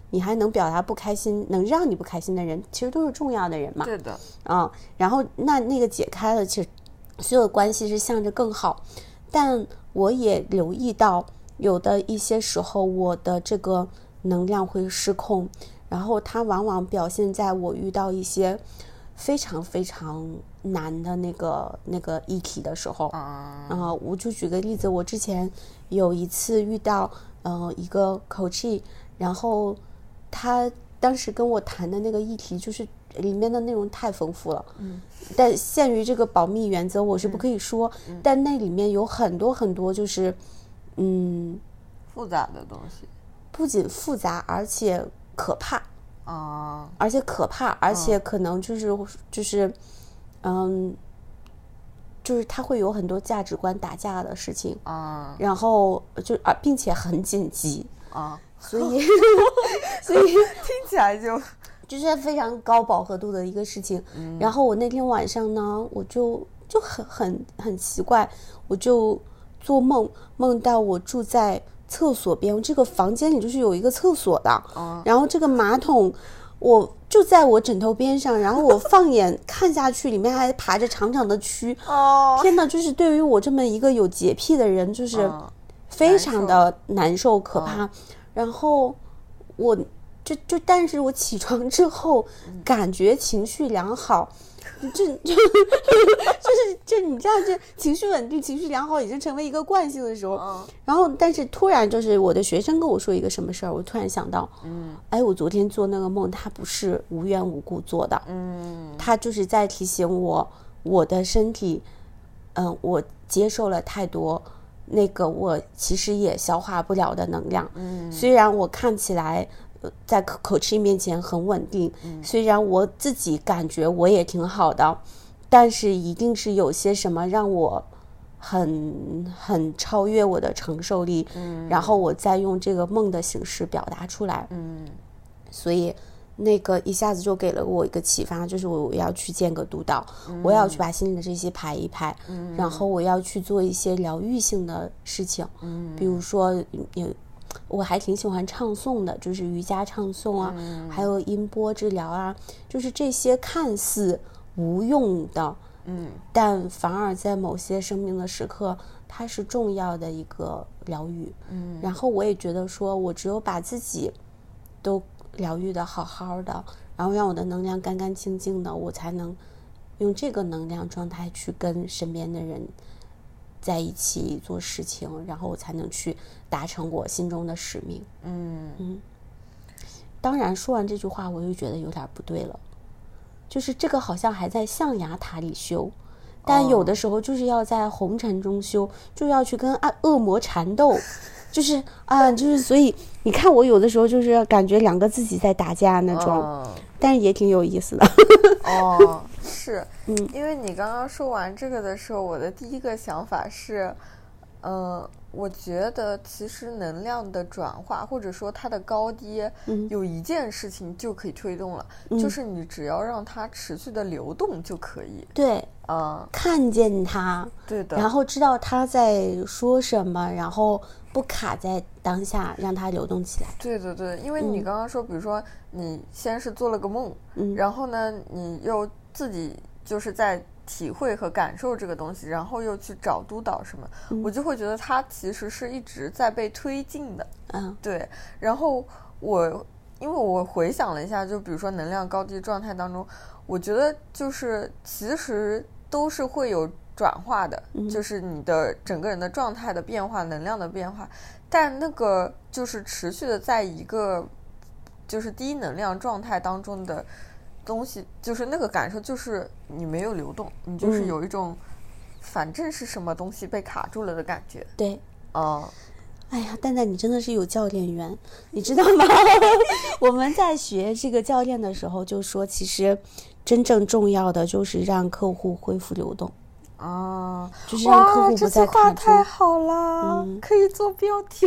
你还能表达不开心，能让你不开心的人，其实都是重要的人嘛。 对的， 嗯，然后那那个解开了，其实所有的关系是向着更好。但我也留意到，有的一些时候，我的这个能量会失控，然后它往往表现在我遇到一些非常非常难的那个那个议题的时候。啊、嗯呃，我就举个例子，我之前有一次遇到呃一个 coach， 然后他当时跟我谈的那个议题就是里面的内容太丰富了，嗯，但限于这个保密原则，我是不可以说，嗯、但那里面有很多很多就是嗯复杂的东西， 不仅复杂，而且可怕啊， 而且可怕，而且可能就是、嗯、就是嗯，就是它会有很多价值观打架的事情啊，然后就啊，并且很紧急啊，所以所以听起来就就是非常高饱和度的一个事情。嗯、然后我那天晚上呢，我就就很很很奇怪，我就做梦，梦到我住在厕所边，这个房间里就是有一个厕所的，哦、然后这个马桶我就在我枕头边上，然后我放眼看下去，里面还爬着长长的蛆。哦，天哪！就是对于我这么一个有洁癖的人，就是非常的难受可怕。哦、然后我就就，但是我起床之后，嗯、感觉情绪良好。这就就是这你知道，这情绪稳定、情绪良好已经成为一个惯性的时候，嗯、然后但是突然就是我的学生跟我说一个什么事儿，我突然想到，嗯，哎，我昨天做那个梦，他不是无缘无故做的，嗯，他就是在提醒我，我的身体，嗯、呃，我接受了太多那个我其实也消化不了的能量，嗯，虽然我看起来在coach面前很稳定，嗯、虽然我自己感觉我也挺好的，但是一定是有些什么让我很很超越我的承受力，嗯、然后我再用这个梦的形式表达出来，嗯、所以那个一下子就给了我一个启发，就是我要去见个督导，嗯、我要去把心里的这些排一排，嗯、然后我要去做一些疗愈性的事情，嗯、比如说有。我还挺喜欢唱诵的，就是瑜伽唱诵啊，嗯、还有音波治疗啊，就是这些看似无用的，嗯，但反而在某些生命的时刻，它是重要的一个疗愈。嗯，然后我也觉得说，我只有把自己都疗愈的好好的，然后让我的能量干干净净的，我才能用这个能量状态去跟身边的人在一起做事情，然后我才能去达成我心中的使命。嗯嗯。当然，说完这句话，我又觉得有点不对了，就是这个好像还在象牙塔里修，但有的时候就是要在红尘中修，就要去跟恶魔缠斗，就是啊、呃，就是所以你看，我有的时候就是感觉两个自己在打架那种，哦、但是也挺有意思的。 哦，是，嗯，因为你刚刚说完这个的时候，我的第一个想法是，呃，我觉得其实能量的转化或者说它的高低，嗯、有一件事情就可以推动了，嗯、就是你只要让它持续的流动就可以。 对，啊、嗯，看见它， 对的， 然后知道它在说什么，然后不卡在当下，让它流动起来。 对对对，因为你刚刚说，嗯、比如说你先是做了个梦，嗯、然后呢，你又自己就是在体会和感受这个东西，然后又去找督导什么，嗯、我就会觉得它其实是一直在被推进的。嗯，对。然后我因为我回想了一下，就比如说能量高低状态当中，我觉得就是其实都是会有转化的，嗯、就是你的整个人的状态的变化，能量的变化，但那个就是持续的在一个就是低能量状态当中的东西，就是那个感受就是你没有流动，你就是有一种反正是什么东西被卡住了的感觉。 对， 哦、嗯， 哎呀，蛋蛋你真的是有教练缘，你知道吗？我们在学这个教练的时候就说，其实真正重要的就是让客户恢复流动。 啊， 就是让客户不再卡住。 哇，这句话太好了，嗯、可以做标题。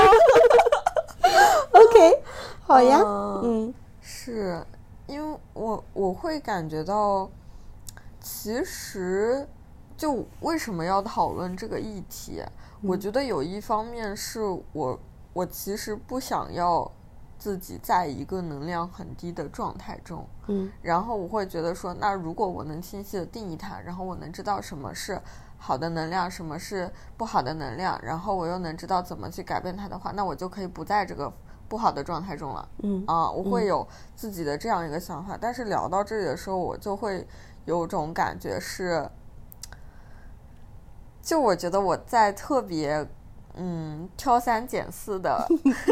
OK， 好呀，嗯， 嗯是因为我我会感觉到，其实就为什么要讨论这个议题？嗯、我觉得有一方面是我我其实不想要自己在一个能量很低的状态中， 嗯， 然后我会觉得说，那如果我能清晰的定义它，然后我能知道什么是好的能量，什么是不好的能量，然后我又能知道怎么去改变它的话，那我就可以不在这个不好的状态中了。 嗯啊，我会有自己的这样一个想法，嗯，但是聊到这里的时候，我就会有种感觉是，就我觉得我在特别嗯挑三拣四的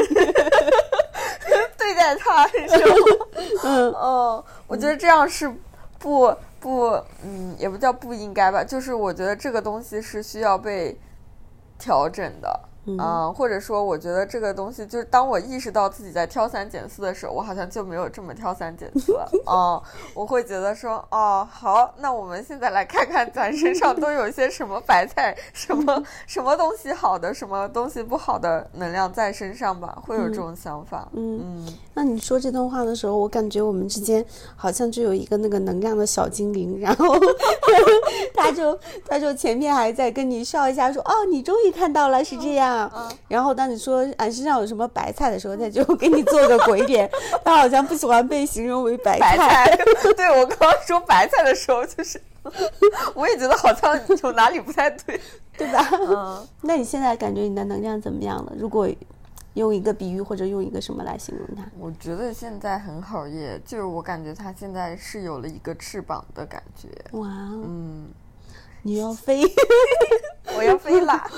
对待他的时候，嗯哦，我觉得这样是不不嗯也不叫不应该吧，就是我觉得这个东西是需要被调整的。嗯、呃，或者说我觉得这个东西就是当我意识到自己在挑三拣四的时候，我好像就没有这么挑三拣四了。哦、呃，我会觉得说，哦，好，那我们现在来看看咱身上都有些什么白菜，什么什么东西好的，什么东西不好的能量在身上吧，会有这种想法。 嗯 嗯, 嗯，那你说这段话的时候，我感觉我们之间好像就有一个那个能量的小精灵，然后他就他就前面还在跟你笑一下说，哦，你终于看到了，是这样。嗯，然后当你说俺身上有什么白菜的时候，他就给你做个鬼脸。他好像不喜欢被形容为白菜。 白菜对，我刚刚说白菜的时候，就是我也觉得好像有哪里不太对， 对吧？嗯，那你现在感觉你的能量怎么样了？如果用一个比喻或者用一个什么来形容它？ 我觉得现在很好耶，就是我感觉它现在是有了一个翅膀的感觉。 哇， 嗯。 你要飞我要飞啦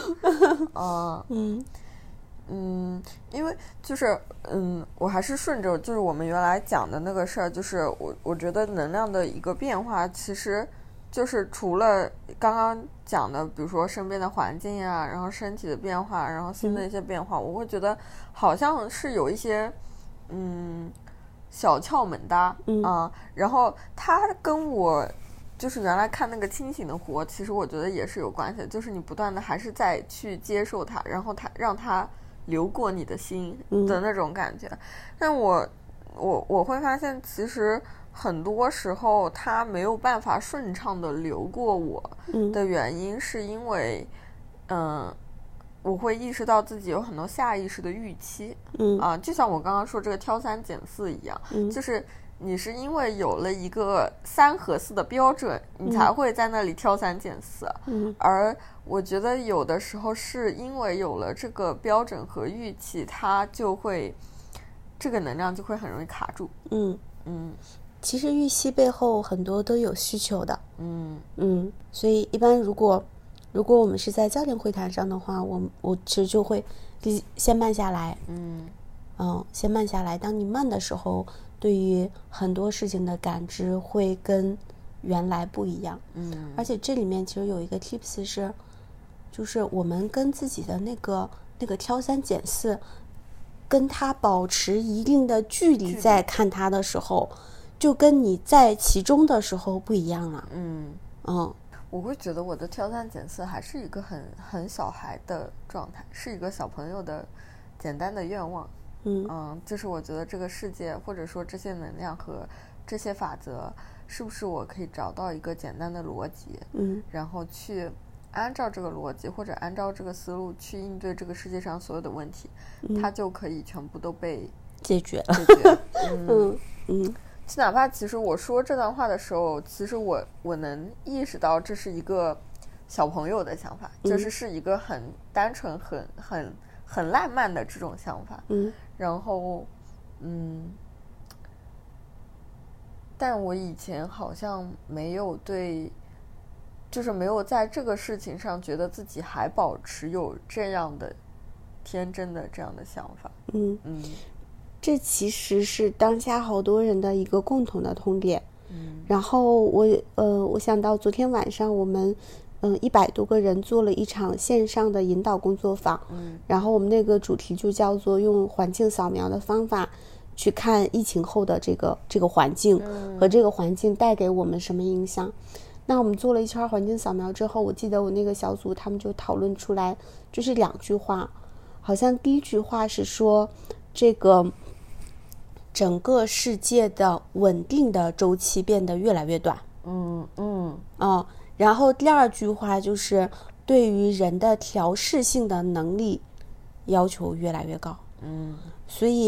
uh, 嗯嗯因为就是嗯我还是顺着就是我们原来讲的那个事儿，就是我我觉得能量的一个变化，其实就是除了刚刚讲的比如说身边的环境啊，然后身体的变化，然后新的一些变化、嗯、我会觉得好像是有一些嗯小窍门的、嗯啊、然后它跟我就是原来看那个清醒的活，其实我觉得也是有关系的，就是你不断的还是在去接受它，然后它让它流过你的心的那种感觉、嗯、但我我我会发现其实很多时候它没有办法顺畅的流过我的原因是因为嗯、呃我会意识到自己有很多下意识的预期，嗯啊，就像我刚刚说这个挑三拣四一样，嗯，就是你是因为有了一个三和四的标准，你才会在那里挑三拣四，嗯，而我觉得有的时候是因为有了这个标准和预期，它就会这个能量就会很容易卡住，嗯嗯，其实预期背后很多都有需求的， 嗯嗯，所以一般如果如果我们是在教练会谈上的话，我我其实就会先慢下来， 嗯嗯，先慢下来。当你慢的时候，对于很多事情的感知会跟原来不一样， 嗯， 而且这里面其实有一个 tips 是，就是我们跟自己的那个那个挑三拣四，跟它保持一定的距离，在看它的时候，就跟你在其中的时候不一样了， 嗯嗯。 我会觉得我的挑三拣四还是一个很很小孩的状态，是一个小朋友的简单的愿望。 嗯嗯，就是我觉得这个世界或者说这些能量和这些法则，是不是我可以找到一个简单的逻辑， 嗯， 然后去按照这个逻辑或者按照这个思路去应对这个世界上所有的问题， 嗯、 它就可以全部都被解决解决。 嗯嗯。嗯哪怕其实我说这段话的时候，其实我我能意识到这是一个小朋友的想法， 嗯、 就是是一个很单纯很很很烂漫的这种想法， 嗯， 然后嗯但我以前好像没有对就是没有在这个事情上觉得自己还保持有这样的天真的这样的想法。 嗯嗯， 这其实是当下好多人的一个共同的痛点。 嗯， 然后我呃，我想到昨天晚上我们嗯一百多个人做了一场线上的引导工作坊。 嗯， 然后我们那个主题就叫做用环境扫描的方法去看疫情后的这个这个环境和这个环境带给我们什么影响。嗯，那我们做了一圈环境扫描之后，我记得我那个小组他们就讨论出来，就是两句话，好像第一句话是说这个整个世界的稳定的周期变得越来越短。 嗯嗯哦，然后第二句话就是对于人的调试性的能力要求越来越高。 嗯， 所以我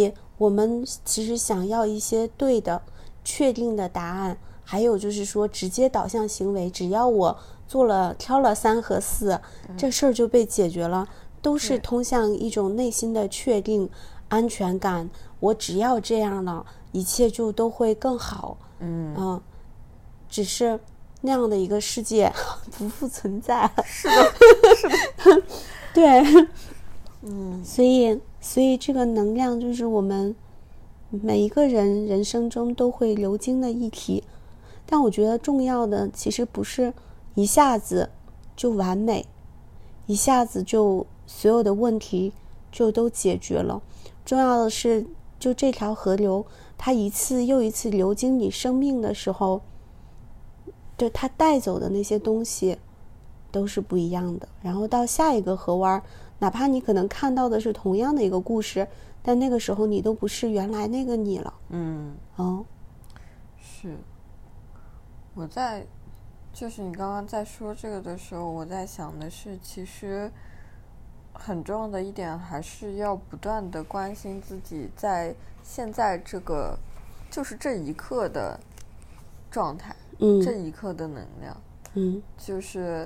我们其实想要一些对的确定的答案，还有就是说直接导向行为，只要我做了挑了三和四、嗯、这事儿就被解决了，都是通向一种内心的确定安全感，我只要这样了一切就都会更好。 嗯、 呃、只是那样的一个世界不复存在。 是的是的对， 嗯， 所以所以这个能量就是我们每一个人人生中都会流经的议题，但我觉得重要的其实不是一下子就完美，一下子就所有的问题就都解决了，重要的是就这条河流它一次又一次流经你生命的时候，就它带走的那些东西都是不一样的，然后到下一个河湾，哪怕你可能看到的是同样的一个故事，但那个时候你都不是原来那个你了。 嗯， 哦， 是。我在就是你刚刚在说这个的时候，我在想的是，其实很重要的一点还是要不断的关心自己在现在这个就是这一刻的状态， 嗯， 这一刻的能量， 嗯， 就是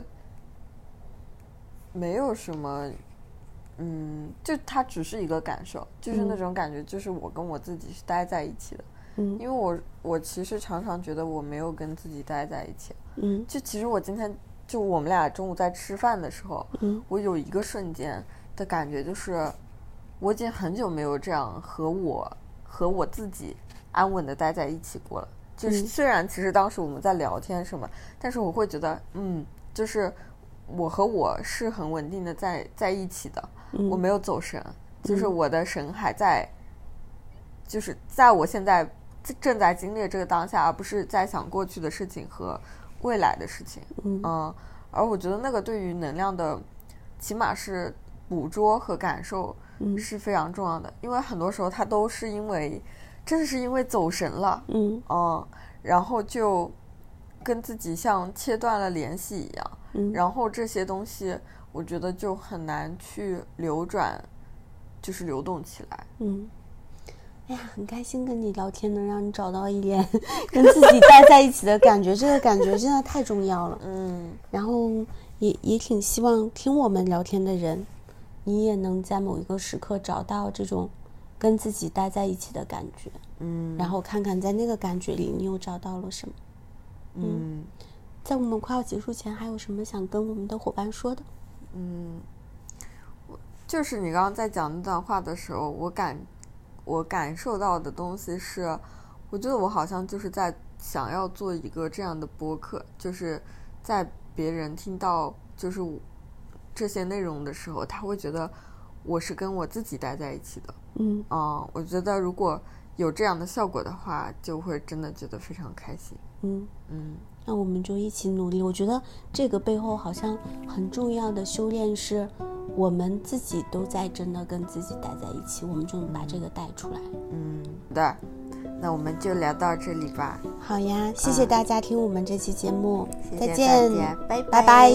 没有什么，嗯，就它只是一个感受，就是那种感觉，就是我跟我自己是待在一起的。 嗯， 因为我我其实常常觉得我没有跟自己待在一起。 嗯， 就其实我今天就我们俩中午在吃饭的时候， 嗯， 我有一个瞬间的感觉，就是我已经很久没有这样和我和我自己安稳的待在一起过了。就是虽然其实当时我们在聊天什么，但是我会觉得，嗯，就是我和我是很稳定的在在一起的， 嗯， 我没有走神，就是我的神还在，就是在我现在正在经历这个当下，而不是在想过去的事情和未来的事情。 嗯， 嗯，而我觉得那个对于能量的起码是捕捉和感受是非常重要的。嗯，因为很多时候它都是因为真的是因为走神了， 嗯嗯，然后就跟自己像切断了联系一样， 嗯， 然后这些东西我觉得就很难去流转，就是流动起来。 嗯，哎呀，很开心跟你聊天，能让你找到一点跟自己待在一起的感觉，这个感觉真的太重要了。 嗯， 然后也也挺希望听我们聊天的人，你也能在某一个时刻找到这种跟自己待在一起的感觉。 嗯， 然后看看在那个感觉里你又找到了什么。 嗯， 嗯，在我们快要结束前，还有什么想跟我们的伙伴说的？ 嗯，就是你刚刚在讲那段话的时候，我感我感受到的东西是，我觉得我好像就是在想要做一个这样的播客，就是在别人听到就是这些内容的时候，他会觉得我是跟我自己待在一起的。 嗯， 嗯，我觉得如果有这样的效果的话，就会真的觉得非常开心。 嗯嗯， 那我们就一起努力。我觉得这个背后好像很重要的修炼是，我们自己都在真的跟自己待在一起，我们就能把这个带出来。 嗯，对，那我们就聊到这里吧。 好呀，谢谢大家听我们这期节目， 嗯、 再见， 谢谢拜拜拜。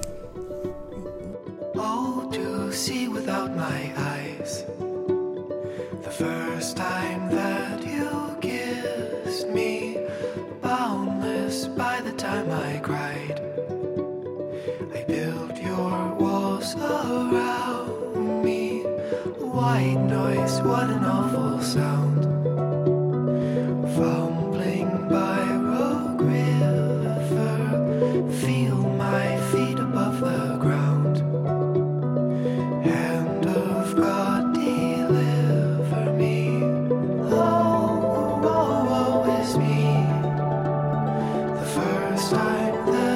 Oh, to see without my eyes, the first time that you kissed me, boundless by the time I cried. I built your walls around me, white noise, what an awful sound. Fumbling by Rogue River, feel my feet above the ground. Hand of God, deliver me. Oh, woe, woe is me. The first time that